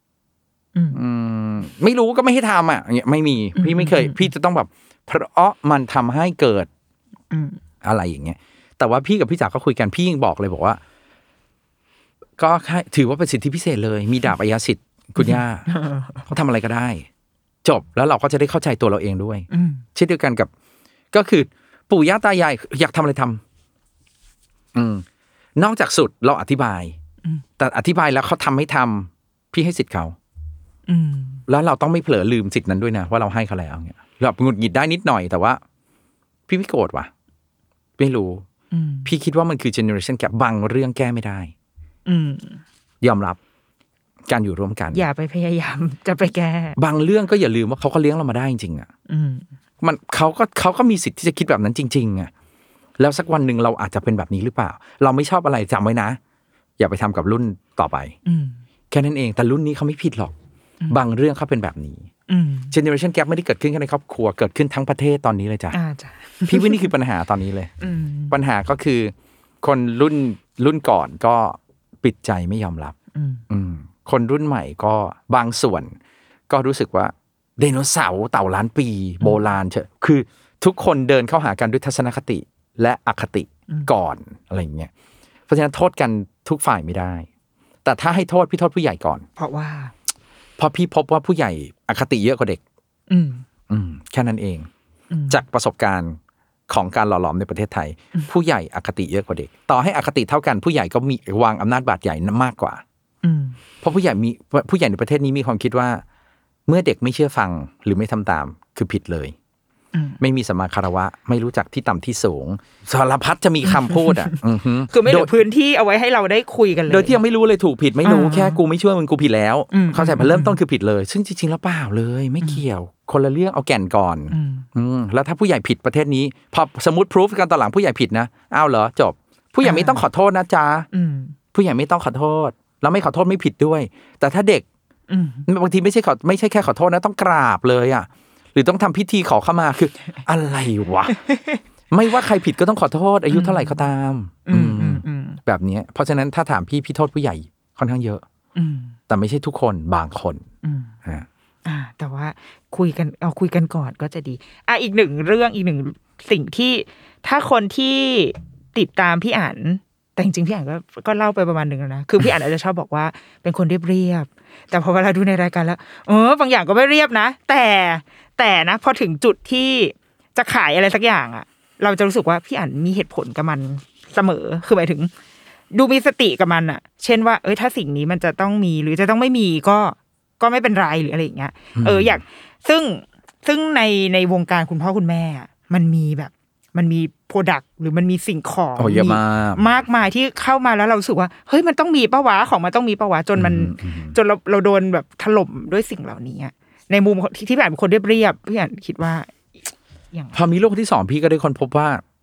Speaker 6: ไม่รู้ก็ไม่ให้ทำอ่ะเนี่ยไม่มีพี่ไม่เคยพี่จะต้องแบบเพราะมันทำให้เกิดอะไรอย่างเงี้ยแต่ว่าพี่กับพี่จ๋าก็คุยกันพี่ยังบอกเลยบอกว่าก็ถือว่าเป็นสิทธิพิเศษเลยมีดาบอัยสิทธิ์คุณย่าเขาทำอะไรก็ได้จบแล้วเราก็จะได้เข้าใจตัวเราเองด้วยเช่นเดียวกันกับก็คือปู่ย่าตายายอยากทำอะไรทำนอกจากสุดเราอธิบายแต่อธิบายแล้วเขาทำไม่ทำพี่ให้สิทธิ์เขาแล้วเราต้องไม่เผลอลืมสิทธินั้นด้วยนะว่าเราให้เขาแล้วเนี่ยเราหงุดหงิดได้นิดหน่อยแต่ว่าพี่ไม่โกรธว่ะไม่รู้พี่คิดว่ามันคือ generation gap บางเรื่องแก้ไม่ได้ยอมรับการอยู่ร่วมกัน
Speaker 5: อย่าไปพยายามจะไปแก้
Speaker 6: บางเรื่องก็อย่าลืมว่าเขาก็เลี้ยงเรามาได้จริงๆอ่ะมันเขาก็มีสิทธิ์ที่จะคิดแบบนั้นจริงๆอ่ะแล้วสักวันหนึ่งเราอาจจะเป็นแบบนี้หรือเปล่าเราไม่ชอบอะไรจำไว้นะอย่าไปทำกับรุ่นต่อไปแค่นั้นเองแต่รุ่นนี้เขาไม่ผิดหรอกบางเรื่องเขาเป็นแบบนี้generation gap ไม่ได้เกิดขึ้นแค่ในครอบครัวเกิดขึ้นทั้งประเทศตอนนี้เลยจ้ะพี่ว่านี่คือปัญหาตอนนี้เลยปัญหาก็คือคนรุ่นก่อนก็ปิดใจไม่ยอมรับคนรุ่นใหม่ก็บางส่วนก็รู้สึกว่าไดโนเสาร์เต่าล้านปีโบราณเชอะคือทุกคนเดินเข้าหากันด้วยทัศนคติและอคติก่อนอะไรอย่างเงี้ยเพราะฉะนั้นโทษกันทุกฝ่ายไม่ได้แต่ถ้าให้โทษพี่โทษผู้ใหญ่ก่อน
Speaker 5: เพราะ
Speaker 6: พี่พบว่าผู้ใหญ่อคติเยอะกว่าเด็กแค่นั้นเองจากประสบการณ์ของการหล่อหลอมในประเทศไทยผู้ใหญ่อคติเยอะกว่าเด็กต่อให้อคติเท่ากันผู้ใหญ่ก็มีวางอำนาจบาดใหญ่มากกว่าเพราะผู้ใหญ่ในประเทศนี้มีความคิดว่าเมื่อเด็กไม่เชื่อฟังหรือไม่ทำตามคือผิดเลยไม่มีสัมมาคารวะไม่รู้จักที่ต่ำที่สูงสารพัดจะมีคำพูดอ่ะ
Speaker 5: คือไม่เหลือพื้นที่เอาไว้ให้เราได้คุยกันเลย
Speaker 6: โดยที่ยังไม่รู้เลยถูกผิดไม่รู้แค่กูไม่ช่วยมึงกูผิดแล้วเข้าใจพอเริ่มต้นคือผิดเลยซึ่งจริงๆแล้วเปล่าเลยไม่เกี่ยวคนละเรื่องเอาแก่นก่อนแล้วถ้าผู้ใหญ่ผิดประเทศนี้พอสมมุติพรูฟกันตอนหลังผู้ใหญ่ผิดนะอ้าวเหรอจบผู้ใหญ่ไม่ต้องขอโทษนะจ๊ะผู้ใหญ่ไม่ต้องขอโทษแล้วไม่ขอโทษไม่ผิดด้วยแต่ถ้าเด็กบางทีไม่ใช่แค่ขอโทษนะต้องกราบเลยอ่ะหรือต้องทำพิธีขอเข้ามาคืออะไรวะ ไม่ว่าใครผิดก็ต้องขอโทษอายุเท่าไหร่ก็ตามแบบนี้เพราะฉะนั้นถ้าถามพี่โทษผู้ใหญ่ค่อนข้างเยอะแต่ไม่ใช่ทุกคนบางคน
Speaker 5: แต่ว่าคุยกันก่อนก็จะดีอีกหนึ่งเรื่องอีกหนึ่งสิ่งที่ถ้าคนที่ติดตามพี่อั๋นแต่จริงๆพี่อั๋นก็เล่าไปประมาณนึงแล้วนะคือพี่อั๋นอาจจะชอบบอกว่าเป็นคนเรียบแต่พอเวลาดูในรายการแล้วบางอย่างก็ไม่เรียบนะแต่นะพอถึงจุดที่จะขายอะไรสักอย่างอ่ะเราจะรู้สึกว่าพี่อั๋นมีเหตุผลกับมันเสมอคือหมายถึงดูมีสติกับมันอ่ะเช่นว่าถ้าสิ่งนี้มันจะต้องมีหรือจะต้องไม่มีก็ไม่เป็นไรหรืออะไรอย่างเงี้ยอยากซึ่งในวงการคุณพ่อคุณแม่มันมีโปรดักต์หรือมันมีสิ่งของมากมายที่เข้ามาแล้วเรารู้สึกว่าเฮ้ยมันต้องมีปะวะของมันต้องมีปะวะจนเราโดนแบบถล่มด้วยสิ่งเหล่านี้ในมุมที่พี่อ่านเป็นคนเรียบพี่อ่านคิดว่าอย่าง
Speaker 6: พอมีโลกที่2พี่ก็ได้ค้นพบว่า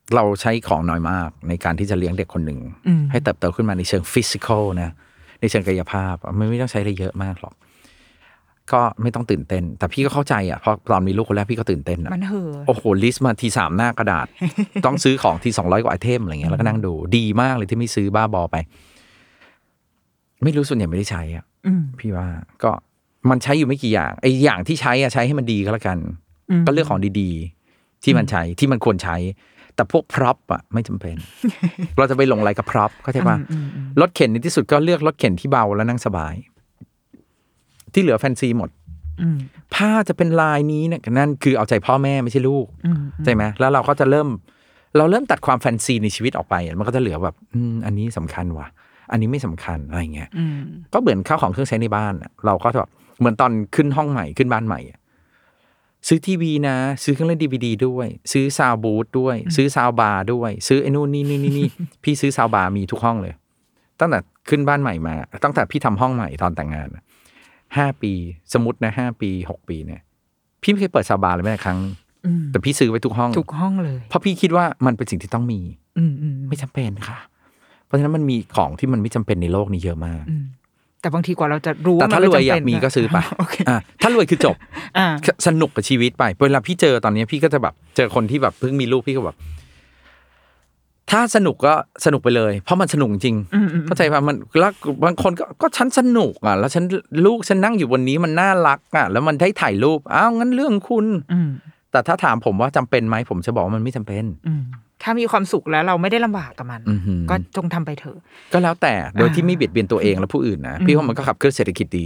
Speaker 6: เราใช้ของน้อยมากในการที่จะเลี้ยงเด็กคนหนึ่งให้เติบโตขึ้นมาในเชิงฟิสิกอลนะในเชิงกายภาพไม่ต้องใช้อะไรเยอะมากหรอกก็ไม่ต้องตื่นเต้นแต่พี่ก็เข้าใจอ่ะเพราะตอนมีลูกคนแรกพี่ก็ตื่นเต้น
Speaker 5: มันเหอะ
Speaker 6: โอ้โหลิสต์มาที3หน้ากระดาษ ต้องซื้อของที200กว่าไอเทมอะไรเงี้ยแล้วก็นั่งดูดีมากเลยที่ไม่ซื้อบ้าบอไปไม่รู้ส่วนใหญ่ไม่ได้ใช้อ่ะพี่ว่าก็มันใช้อยู่ไม่กี่อย่างไอ้อย่างที่ใช้อ่ะใช้ให้มันดีก็แล้วกันก็เลือกของดีๆที่มันใช้ที่มันควรใช้แต่พวกพร็อพอ่ะไม่จำเป็น เราจะไปลงอะไรกับพร็อพเข้าใจป่ะรถเข็นในที่สุดก็เลือกรถเข็นที่เบาแล้วนั่งสบายที่เหลือแฟนซีหมดผ้าจะเป็นลายนี้เนี่ยนั่นคือเอาใจพ่อแม่ไม่ใช่ลูกใช่ไหมแล้วเราก็จะเริ่มตัดความแฟนซีในชีวิตออกไปมันก็จะเหลือแบบอันนี้สำคัญว่ะอันนี้ไม่สำคัญอะไรเงี้ยก็เหมือนข้าวของเครื่องใช้ในบ้านเราก็แบบเหมือนตอนขึ้นห้องใหม่ขึ้นบ้านใหม่ซื้อทีวีนะซื้อเครื่องเล่น DVD ด้วยซื้อซาวด์บูธด้วยซื้อซาวด์บาร์ด้วยซื้อไอ้นู่นนี่ พี่ซื้อซาวด์บาร์มีทุกห้องเลยตั้งแต่ขึ้นบ้านใหม่มาตั้งแต่พี่ทำห้องใหม่ตอนแต่งงาน5 ปีสมมุตินะ5 ปี6 ปีเนี่ยพี่ไม่เคยเปิดซาวบาร์เลยแม้แต่ครั้งแต่พี่ซื้อไว้ทุกห้อง
Speaker 5: เลย
Speaker 6: เพราะพี่คิดว่ามันเป็นสิ่งที่ต้องมีไม่จำเป็นค่ะเพราะฉะนั้นมันมีของที่มันไม่จำเป็นในโลกนี้เยอะมาก
Speaker 5: แต่บางทีกว่าเราจะรู้
Speaker 6: ว่ามันไม่จำเป็นแต่ถ้ารวยอยากมีก็ซื้อไปถ้ารวยคือจบสนุกกับชีวิตไปเวลาพี่เจอตอนนี้พี่ก็จะแบบเจอคนที่แบบเพิ่งมีลูกพี่ก็แบบถ้าสนุกก็สนุกไปเลยเพราะมันสนุกจริงเข้าใจป่ะมันแล้วบางคนก็ฉันสนุกอ่ะแล้วลูกฉันนั่งอยู่บนนี้มันน่ารักอ่ะแล้วมันได้ถ่ายรูปอ้าวงั้นเรื่องคุณแต่ถ้าถามผมว่าจำเป็นไหมผมจะบอกว่ามันไม่จำเป็น
Speaker 5: ถ้ามีความสุขแล้วเราไม่ได้ลำบากกับมันก็จงทำไปเถอะ
Speaker 6: ก็แล้วแต่โดยที่ไม่เบียดเบียนตัวเองและผู้อื่นนะพี่ว่ามันก็ขับเคลื่อนเศรษฐกิจดี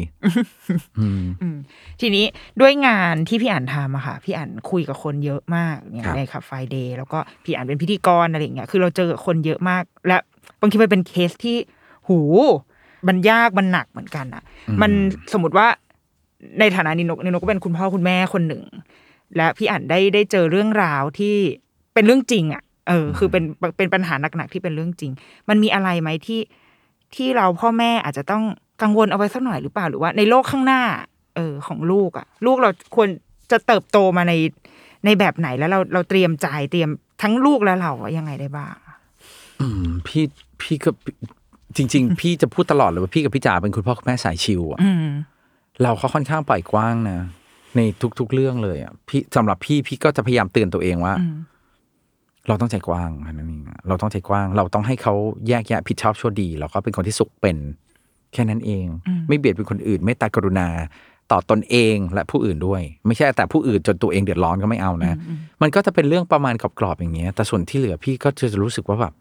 Speaker 5: ทีนี้ด้วยงานที่พี่อ่านทำอะค่ะพี่อ่านคุยกับคนเยอะมากเนี่ยในขับไฟเดย์แล้วก็พี่อ่านเป็นพิธีกรอะไรอย่างเงี้ยคือเราเจอคนเยอะมากและบางทีมันเป็นเคสที่มันยากมันหนักเหมือนกันอะมันสมมติว่าในฐานะนินกก็เป็นคุณพ่อคุณแม่คนหนึ่งและพี่อ่านได้เจอเรื่องราวที่เป็นเรื่องจริงอะคือเป็นปัญหาหนักๆที่เป็นเรื่องจริงมันมีอะไรไหมที่เราพ่อแม่อาจจะต้องกังวลเอาไว้สักหน่อยหรือเปล่าหรือว่าในโลกข้างหน้าของลูกอ่ะลูกเราควรจะเติบโตมาในแบบไหนแล้วเราเตรียมใจเตรียมทั้งลูกและเรายังไงได้บ้าง
Speaker 6: พี่ก็จริงๆพี่จะพูดตลอดเลยว่าพี่กับพี่จ๋าเป็นคุณพ่อคุณแม่สายชิวอ่ะเราก็ค่อนข้างปล่อยกว้างนะในทุกๆเรื่องเลยอ่ะพี่สำหรับพี่ก็จะพยายามเตือนตัวเองว่าเราต้องใจกว้างนั่นเองเราต้องใจกว้างเราต้องให้เขาแยกแยะผิดชอบชั่วดีเราก็เป็นคนที่สุขเป็นแค่นั้นเองไม่เบียดเป็นคนอื่นเมตตากรุณาต่อตนเองและผู้อื่นด้วยไม่ใช่แต่ผู้อื่นจนตัวเองเดือดร้อนก็ไม่เอานะมันก็จะเป็นเรื่องประมาณกรอบๆอย่างเงี้ยแต่ส่วนที่เหลือพี่ก็จะรู้สึกว่าแบบ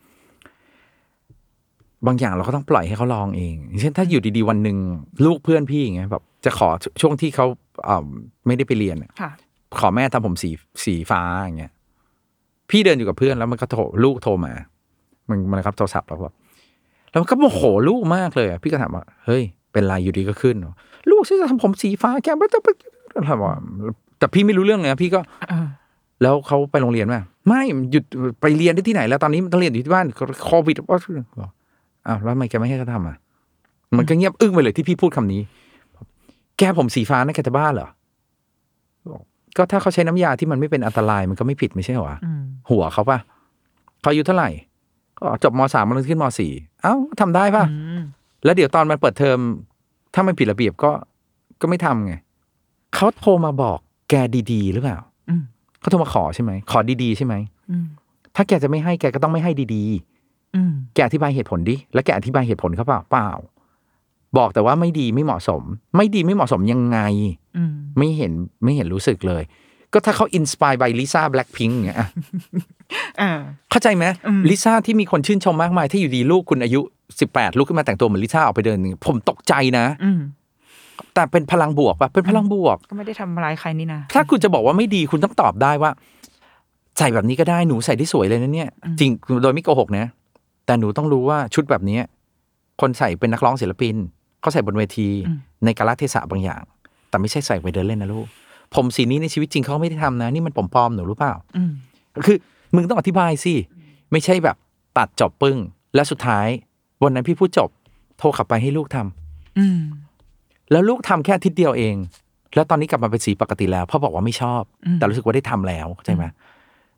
Speaker 6: บางอย่างเราก็ต้องปล่อยให้เขาลองเองอย่างเช่นถ้าอยู่ดีๆวันนึงลูกเพื่อนพี่อย่างเงี้ยแบบจะขอช่วงที่เขาไม่ได้ไปเรียนขอแม่ทำผมสีฟ้าอย่างเงี้ยพี่เดินอยู่กับเพื่อนแล้วมันก็ลูกโทรมามันครับโทรศัพท์แล้วแบบแล้วมันก็โมโหลูกมากเลยพี่ก็ถามว่าเฮ้ยเป็นไรอยู่ดีก็ขึ้นลูกฉันจะทำผมสีฟ้าแกไม่ต้องไปถามว่าแต่พี่ไม่รู้เรื่องเลยพี่ก็แล้วเขาไปโรงเรียนไหมไม่หยุดไปเรียนที่ไหนแล้วตอนนี้มันต้องเรียนอยู่ที่บ้านโควิดว่าอ้าวแล้วทำไมแกไม่ให้เขาทำมันก็เงียบอึ้งไปเลยที่พี่พูดคำนี้แกผมสีฟ้านะแกจะบ้าเหรอก็ถ้าเขาใช้น้ำยาที่มันไม่เป็นอันตรายมันก็ไม่ผิดไม่ใช่เหรอหัวเขาป่ะเขาอายุเท่าไหร่ก็จบม.3 มันขึ้นม.4 เอ้าทำได้ป่ะแล้วเดี๋ยวตอนมันเปิดเทอมถ้ามันผิดระเบียบก็ไม่ทำไงเขาโทรมาบอกแกดีๆหรือเปล่าเขาโทรมาขอใช่ไหมขอดีๆใช่ไหมถ้าแกจะไม่ให้แกก็ต้องไม่ให้ดีๆแกอธิบายเหตุผลดิแล้วแกอธิบายเหตุผลเขาเปล่าบอกแต่ว่าไม่ดีไม่เหมาะสมไม่ดีไม่เหมาะสมยังไงไม่เห็นรู้สึกเลยก็ถ้าเขาอินสไปร์บายลิซ่าแบล็คพิงค์อย่างเงี้ยเข้าใจไหมลิซ่าที่มีคนชื่นชมมากมายที่อยู่ดีลูกคุณอายุ18ลุกขึ้นมาแต่งตัวเหมือนลิซ่าออกไปเดินผมตกใจนะแต่เป็นพลังบวกป่ะเป็นพลังบวก
Speaker 5: ก็ไม่ได้ทำร้ายใครนี่นะ
Speaker 6: ถ้าคุณจะบอกว่าไม่ดีคุณต้องตอบได้ว่าใส่แบบนี้ก็ได้หนูใส่ได้สวยเลยนะเนี่ยจริงโดยไม่โกหกนะแต่หนูต้องรู้ว่าชุดแบบนี้คนใส่เป็นนักร้องศิลปินเขาใส่บนเวทีในกาลเทศะบางอย่างแต่ไม่ใช่ใส่ไปเดินเล่นนะลูกผมสีนี้ในชีวิตจริงเขาไม่ได้ทำนะนี่มันผมปลอมหนูรู้เปล่าคือมึงต้องอธิบายสิไม่ใช่แบบตัดจบปึ้งแล้วสุดท้ายวันนั้นพี่พูดจบโทรขับไปให้ลูกทำแล้วลูกทำแค่อาทิตย์เดียวเองแล้วตอนนี้กลับมาเป็นสีปกติแล้วพ่อบอกว่าไม่ชอบแต่รู้สึกว่าได้ทำแล้วใช่ไหม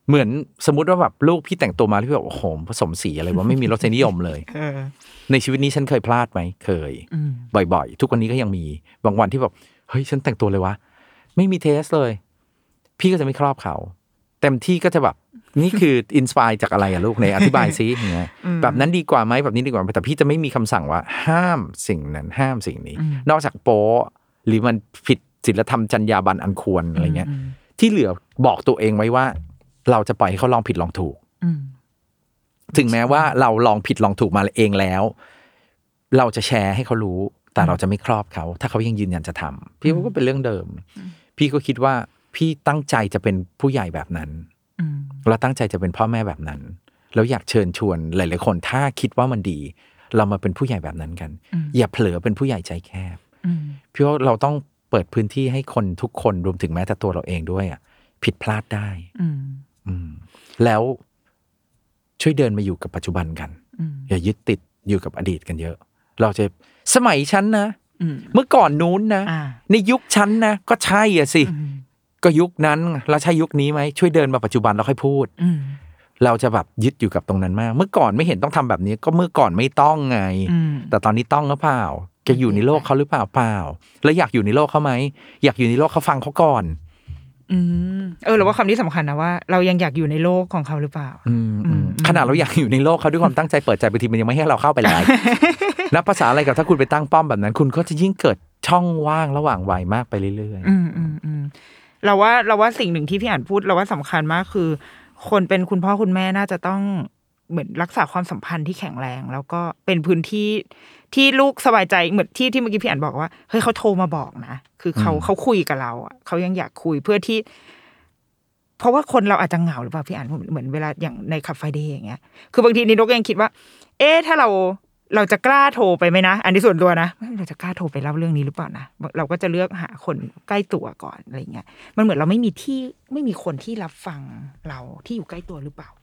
Speaker 6: เหมือนสมมุติว่าแบบลูกพี่แต่งตัวมาแล้วพี่แบบโอ้โหผสมสีอะไรวะไม่มีรสนิยมเลยในชีวิตนี้ฉันเคยพลาดไหมเคยบ่อยๆทุกวันนี้ก็ยังมีบางวันที่แบบเฮ้ยฉันแต่งตัวเลยวะไม่มีเทสเลยพี่ก็จะไม่ครอบเขาเต็มที่ก็จะแบบนี่คืออินสไปร์จากอะไรอะลูกในอธิบายซิอย่างเงี้ยแบบนั้นดีกว่าไหมแบบนี้ดีกว่าแต่พี่จะไม่มีคำสั่งว่าห้ามสิ่งนั้นห้ามสิ่งนี้นอกจากโป๊หรือมันผิดศีลธรรมจรรยาบรรณอันควรอะไรเงี้ยที่เหลือบอกตัวเองไว้ว่าเราจะปล่อยให้เขาลองผิดลองถูกถึงแม้ว่าเราลองผิดลองถูกมาเองแล้วเราจะแชร์ให้เขารู้แต่เราจะไม่ครอบเขาถ้าเขายังยืนยันจะทำพี่ก็เป็นเรื่องเดิมพี่ก็คิดว่าพี่ตั้งใจจะเป็นผู้ใหญ่แบบนั้นเราตั้งใจจะเป็นพ่อแม่แบบนั้นแล้วอยากเชิญชวนหลายๆคนถ้าคิดว่ามันดีเรามาเป็นผู้ใหญ่แบบนั้นกันอย่าเผลอเป็นผู้ใหญ่ใจแคบพี่ว่าเราต้องเปิดพื้นที่ให้คนทุกคนรวมถึงแม้แต่ตัวเราเองด้วยอ่ะผิดพลาดได้แล้วช่วยเดินมาอยู่กับปัจจุบันกันอย่ายึดติดอยู่กับอดีตกันเยอะเราจะสมัยฉันนะเมื่อก่อนนู้นนะในยุคฉันนะก็ใช่อ่ะสิก็ยุคนั้นแล้วใช่ยุคนี้ไหมช่วยเดินมาปัจจุบันแล้วค่อยพูดเราจะแบบยึดอยู่กับตรงนั้นมากเมื่อก่อนไม่เห็นต้องทำแบบนี้ก็เมื่อก่อนไม่ต้องไงแต่ตอนนี้ต้องหรือเปล่าจะอยู่ในโลกเขาหรือเปล่าแล้วอยากอยู่ในโลกเขาไหมอยากอยู่ในโลกเขาฟังเขาก่อน
Speaker 5: หรือว่าคำนี้สำคัญนะว่าเรายังอยากอยู่ในโลกของเขาหรือเปล่า
Speaker 6: ขนาดเราอยากอยู่ในโลกเขาด้วยความตั้งใจเปิดใจบางทีมันยังไม่ให้เราเข้าไปเลยนับภาษาอะไรกับถ้าคุณไปตั้งป้อมแบบนั้นคุณก็จะยิ่งเกิดช่องว่างระหว่างวัยมากไปเรื่อย
Speaker 5: ๆเราว่าสิ่งหนึ่งที่พี่อ่านพูดเราว่าสำคัญมากคือคนเป็นคุณพ่อคุณแม่น่าจะต้องเหมือนรักษาความสัมพันธ์ที่แข็งแรงแล้วก็เป็นพื้นที่ที่ลูกสบายใจเหมือนที่เมื่อกี้พี่อ่านบอกว่าเฮ้ยเขาโทรมาบอกนะคือเขาคุยกับเราอ่ะเขายังอยากคุยเพื่อที่เพราะว่าคนเราอาจจะเหงาหรือเปล่าพี่อ่านเหมือนเวลาอย่างในคับไฟเดย์อย่างเงี้ยคือบางทีนิโนก็ยังคิดว่าถ้าเราจะกล้าโทรไปไหมนะอันนี้ส่วนตัวนะเราจะกล้าโทรไปเล่าเรื่องนี้หรือเปล่านะเราก็จะเลือกหาคนใกล้ตัวก่อนอะไรเงี้ยมันเหมือนเราไม่มีคนที่รับฟังเราที่อยู่ใกล้ตัวหรือเปล่า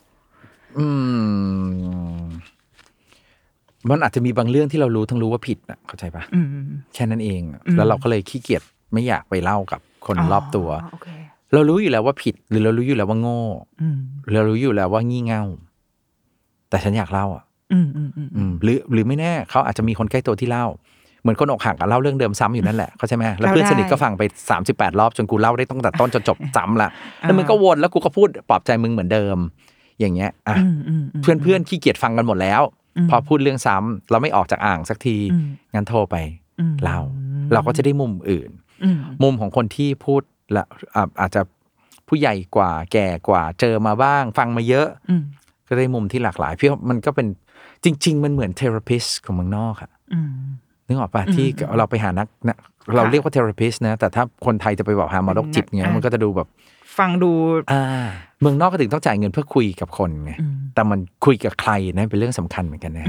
Speaker 6: มันอาจจะมีบางเรื่องที่เรารู้ทั้งรู้ว่าผิดนะเข้าใจปะแค่นั้นเองแล้วเราก็เลยขี้เกียจไม่อยากไปเล่ากับคนรอบตัวเรารู้อยู่แล้วว่าผิดหรือเรารู้อยู่แล้วว่าโง่เรารู้อยู่แล้วว่างี่เง่าแต่ฉันอยากเล่าอ่ะหรือไม่แน่เขาอาจจะมีคนใกล้ตัวที่เล่าเหมือนคนอกหักเล่าเรื่องเดิมซ้ำอยู่นั่นแหละเข้าใจไหมแล้วเพื่อนสนิทก็ฟังไป38รอบจนกูเล่าได้ตั้งแต่ต้นจนจบซ้ำละแล้วมึงก็วนแล้วกูก็พูดปลอบใจมึงเหมือนเดิมอย่างเงี้ยอ่ะเพื่อนขี้เกียจฟังกันหมดแล้วพอพูดเรื่องซ้ำเราไม่ออกจากอ่างสักทีงั้นโทรไปเล่าเราก็จะได้มุมอื่นมุมของคนที่พูดและอาจจะผู้ใหญ่กว่าแก่กว่าเจอมาบ้างฟังมาเยอะก็ได้มุมที่หลากหลายพี่ว่ามันก็เป็นจริงๆมันเหมือนเทอราปิสต์ของเมืองนอกค่ะนึกออกป่ะที่เราไปหานักเราเรียกว่าเทอราปิสต์นะแต่ถ้าคนไทยจะไปบอกหาหมอโรคจิตเงี้ยมันก็จะดูแบบ
Speaker 5: ฟังดู
Speaker 6: เมืองนอกก็ถึงต้องจ่ายเงินเพื่อคุยกับคนไงแต่มันคุยกับใครนะเป็นเรื่องสำคัญเหมือนกันนะ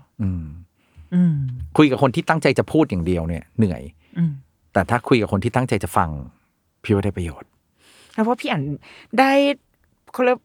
Speaker 6: คุยกับคนที่ตั้งใจจะพูดอย่างเดียวเนี่ยเหนื่อยแต่ถ้าคุยกับคนที่ตั้งใจจะฟังพี่ว่าได้ประโยชน์
Speaker 5: แล้วเพราะพี่อ่านได้เขาเรียก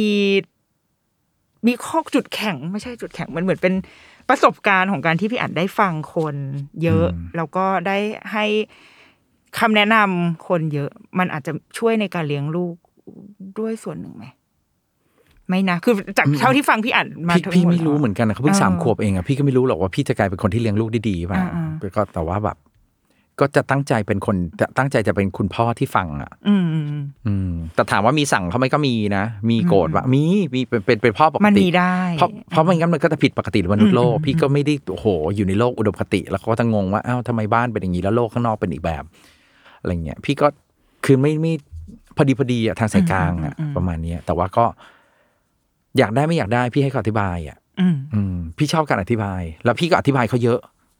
Speaker 5: มีข้อจุดแข็งไม่ใช่จุดแข็งมันเหมือนเป็นประสบการณ์ของการที่พี่อ่านได้ฟังคนเยอะแล้วก็ได้ให้คำแนะนำคนเยอะมันอาจจะช่วยในการเลี้ยงลูกด้วยส่วนหนึ่งไหมไม่นะคือจากเท่าที่ฟังพี่อ่านมา
Speaker 6: พี่ไม่รู้เหมือนกันนะเขาเพิ่ง3 ขวบเองอ่ะพี่ก็ไม่รู้หรอกว่าพี่จะกลายเป็นคนที่เลี้ยงลูกได้ดีป่ะก็แต่ว่าแบบก็จะตั้งใจเป็นคนตั้งใจจะเป็นคุณพ่อที่ฟังอ่ะแต่ถามว่ามีสั่งเขาไหมก็มีนะมีโกรธว่ามีเป็นพ่อปกติ
Speaker 5: มันมีได้
Speaker 6: เพราะไม่งั้นมันก็จะผิดปกติมนุษย์โลกพี่ก็ไม่ได้โอ้โหอยู่ในโลกอุดมคติแล้วเขาก็จะงงว่าอ้าวทำไมบ้านเป็นอย่างนี้แล้วโลกข้างนอกเป็นอีกแบบอะไรเงี้ยพี่ก็คือไม่พอดีอ่ะทางสายกลางอ่ะประมาณนี้แต่ว่าก็อยากได้ไม่อยากได้พี่ให้เขาอธิบายอ่ะพี่ชอบการอธิบายแล้วพี่ก็อธิบายเขาเยอะ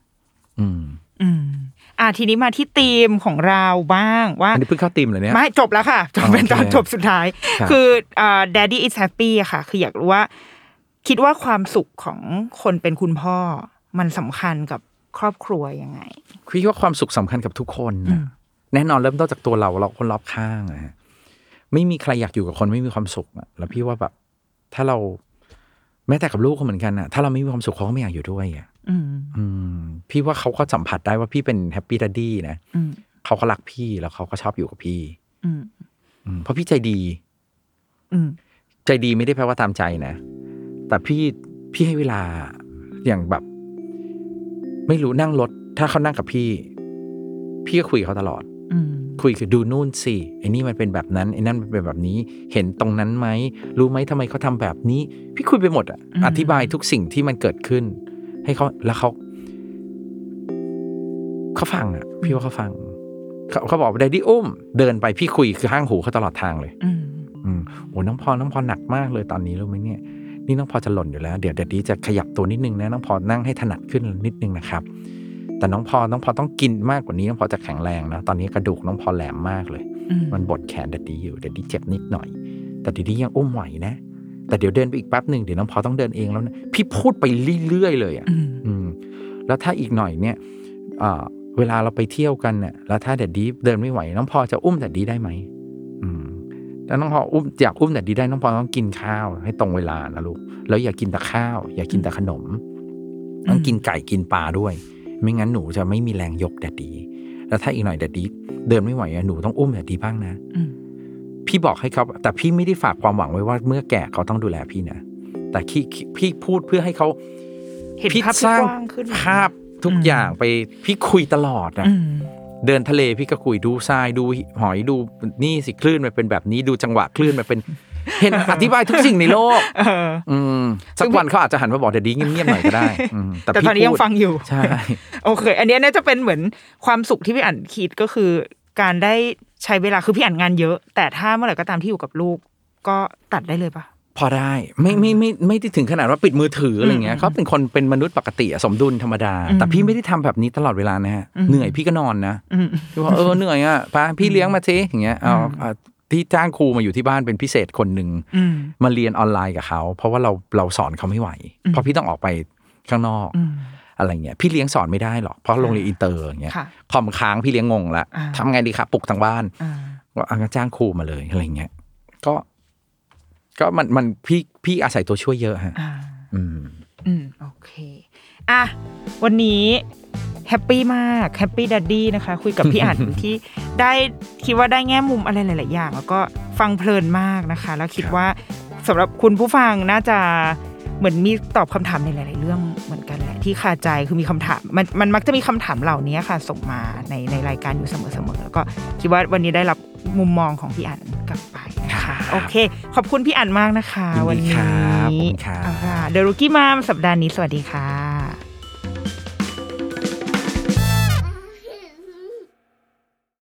Speaker 5: ทีนี้มาที่ธีมของเราบ้างว่า
Speaker 6: อันนี้เพิ่งเข้าธีมเลยเนี่ย
Speaker 5: ไม่จบแล้วค่ะจบเป็นตอนจบสุดท้ายคือDaddy is happy อะค่ะคืออยากรู้ว่าคิดว่าความสุขของคนเป็นคุณพ่อมันสำคัญกับครอบครัวยังไง
Speaker 6: พี่ว่าความสุขสำคัญกับทุกคนแน่นอนเริ่มต้นจากตัวเราคนรอบข้างนะไม่มีใครอยากอยู่กับคนไม่มีความสุขอะแล้วพี่ว่าแบบถ้าเราแม้แต่กับลูกเขาเหมือนกันอะถ้าเราไม่มีความสุขเขาก็ไม่อยากอยู่ด้วยอะพี่ว่าเขาก็สัมผัสได้ว่าพี่เป็นแฮปปี้ดัดดี้นะเขาก็รักพี่แล้วเขาก็ชอบอยู่กับพี่เพราะพี่ใจดีใจดีไม่ได้แปลว่าตามใจนะแต่พี่ให้เวลาอย่างแบบไม่รู้นั่งรถถ้าเขานั่งกับพี่ก็คุยกับเขาตลอดคุยคือดูนู่นสิไอ้นี่มันเป็นแบบนั้นไอ้นั่นมันเป็นแบบนี้เห็นตรงนั้นไหมรู้ไหมทำไมเขาทำแบบนี้พี่คุยไปหมดอ่ะอธิบายทุกสิ่งที่มันเกิดขึ้นให้เขาแล้วเขาฟังอ่ะพี่ว่าเขาฟังเขาบอกไดดี้อุ้มเดินไปพี่คุยคือข้างหูเขาตลอดทางเลยโอ้น้องพอหนักมากเลยตอนนี้รู้ไหมเนี่ยนี่น้องพอจะหล่นอยู่แล้วเดี๋ยวดีจะขยับตัวนิดนึงนะน้องพอนั่งให้ถนัดขึ้นนิดนึงนะครับแต่น้องพอต้องกินมากกว่านี้น้องพอจะแข็งแรงนะตอนนี้กระดูกน้องพอแหลมมากเลยมันบดแขนเดดดี้อยู่เดดดี้เจ็บนิดหน่อยแต่เดดดี้ยังอุ้มไหวนะแต่เดี๋ยวเดินไปอีกแป๊บนึงเดี๋ยวน้องพอต้องเดินเองแล้วนะพี่พูดไปเรื่อยๆเลยอ่ะแล้วถ้าอีกหน่อยเนี่ยเวลาเราไปเที่ยวกันเนี่ยแล้วถ้าเดดดี้เดินไม่ไหวน้องพอจะอุ้มเดดดี้ได้ไหมแล้วน้องพออยากอุ้มเดดดี้ได้น้องพอต้องกินข้าวให้ตรงเวลานะลูกแล้วอย่ากินแต่ข้าวอย่ากินแต่ขนมต้องกินไก่กินปลาด้วยไม่งั้นหนูจะไม่มีแรงยกแดดดี้แล้วถ้าอีกหน่อยแดดดี้เดินไม่ไหวหนูต้องอุ้มแดดดี้บ้างนะพี่บอกให้เขาแต่พี่ไม่ได้ฝากความหวังไว้ว่าเมื่อแก่เขาต้องดูแลพี่นะแต่พี่พูดเพื่อให้เขา
Speaker 5: เห็นภาพที่กว้างขึ้น
Speaker 6: ภาพทุกอย่างไปพี่คุยตลอดนะเดินทะเลพี่ก็คุยดูทรายดูหอยดูนี่สิคลื่นมันเป็นแบบนี้ดูจังหวะคลื่นมันเป็นเห็นอธิบายทุกสิ่งในโลกสักวันเขาอาจจะหันมาบอกเดดดี้เงียบๆหน่อยก็ได้
Speaker 5: แต่ตอนนี้ยังฟังอยู่
Speaker 6: ใช่
Speaker 5: โอเคอันนี้น่าจะเป็นเหมือนความสุขที่พี่อั๋นคิดก็คือการได้ใช้เวลาคือพี่อั๋นงานเยอะแต่ถ้าเมื่อไหร่ก็ตามที่อยู่กับลูกก็ตัดได้เลยปะ
Speaker 6: พอได้ไม่ได้ถึงขนาดว่าปิดมือถืออะไรเงี้ยเขาเป็นคนเป็นมนุษย์ปกติสมดุลธรรมดาแต่พี่ไม่ได้ทำแบบนี้ตลอดเวลานะฮะเหนื่อยพี่ก็นอนนะพี่ว่าเหนื่อยอ่ะป้าพี่เลี้ยงมาสิอย่างเงี้ยเอาที่จ้างครูมาอยู่ที่บ้านเป็นพิเศษคนหนึ่งมาเรียนออนไลน์กับเขาเพราะว่าเราสอนเขาไม่ไหวเพราะพี่ต้องออกไปข้างนอกอะไรเงี้ยพี่เลี้ยงสอนไม่ได้หรอกเพราะโรงเรียนอินเตอร์อย่างเงี้ยคอมค้างพี่เลี้ยงงงละทำไงดีครับปลุกทางบ้านก็จ้างครูมาเลยอะไรเงี้ยก็มันพี่อาศัยตัวช่วยเยอะฮะ
Speaker 5: โอเควันนี้แฮปปี้มากแฮปปี้ดัดดี้นะคะคุยกับพี่อั๋น ที่ได้คิดว่าได้แง่มุมอะไรหลายๆอย่างแล้วก็ฟังเพลินมากนะคะแล้วคิดว่าสำหรับคุณผู้ฟังน่าจะเหมือนมีตอบคำถามในหลายๆเรื่องเหมือนกันแหละที่คาใจคือมีคำถามมันมักจะมีคำถามเหล่านี้ค่ะส่งมาในรายการอยู่เสมอๆแล้วก็คิดว่าวันนี้ได้รับมุมมองของพี่อั๋นกลับไปนะคะโอเคขอบคุณพี่อั๋นมากนะคะวันนี้เดอะรุกี้มามสัปดาห์นี้สวัสดีค่ะ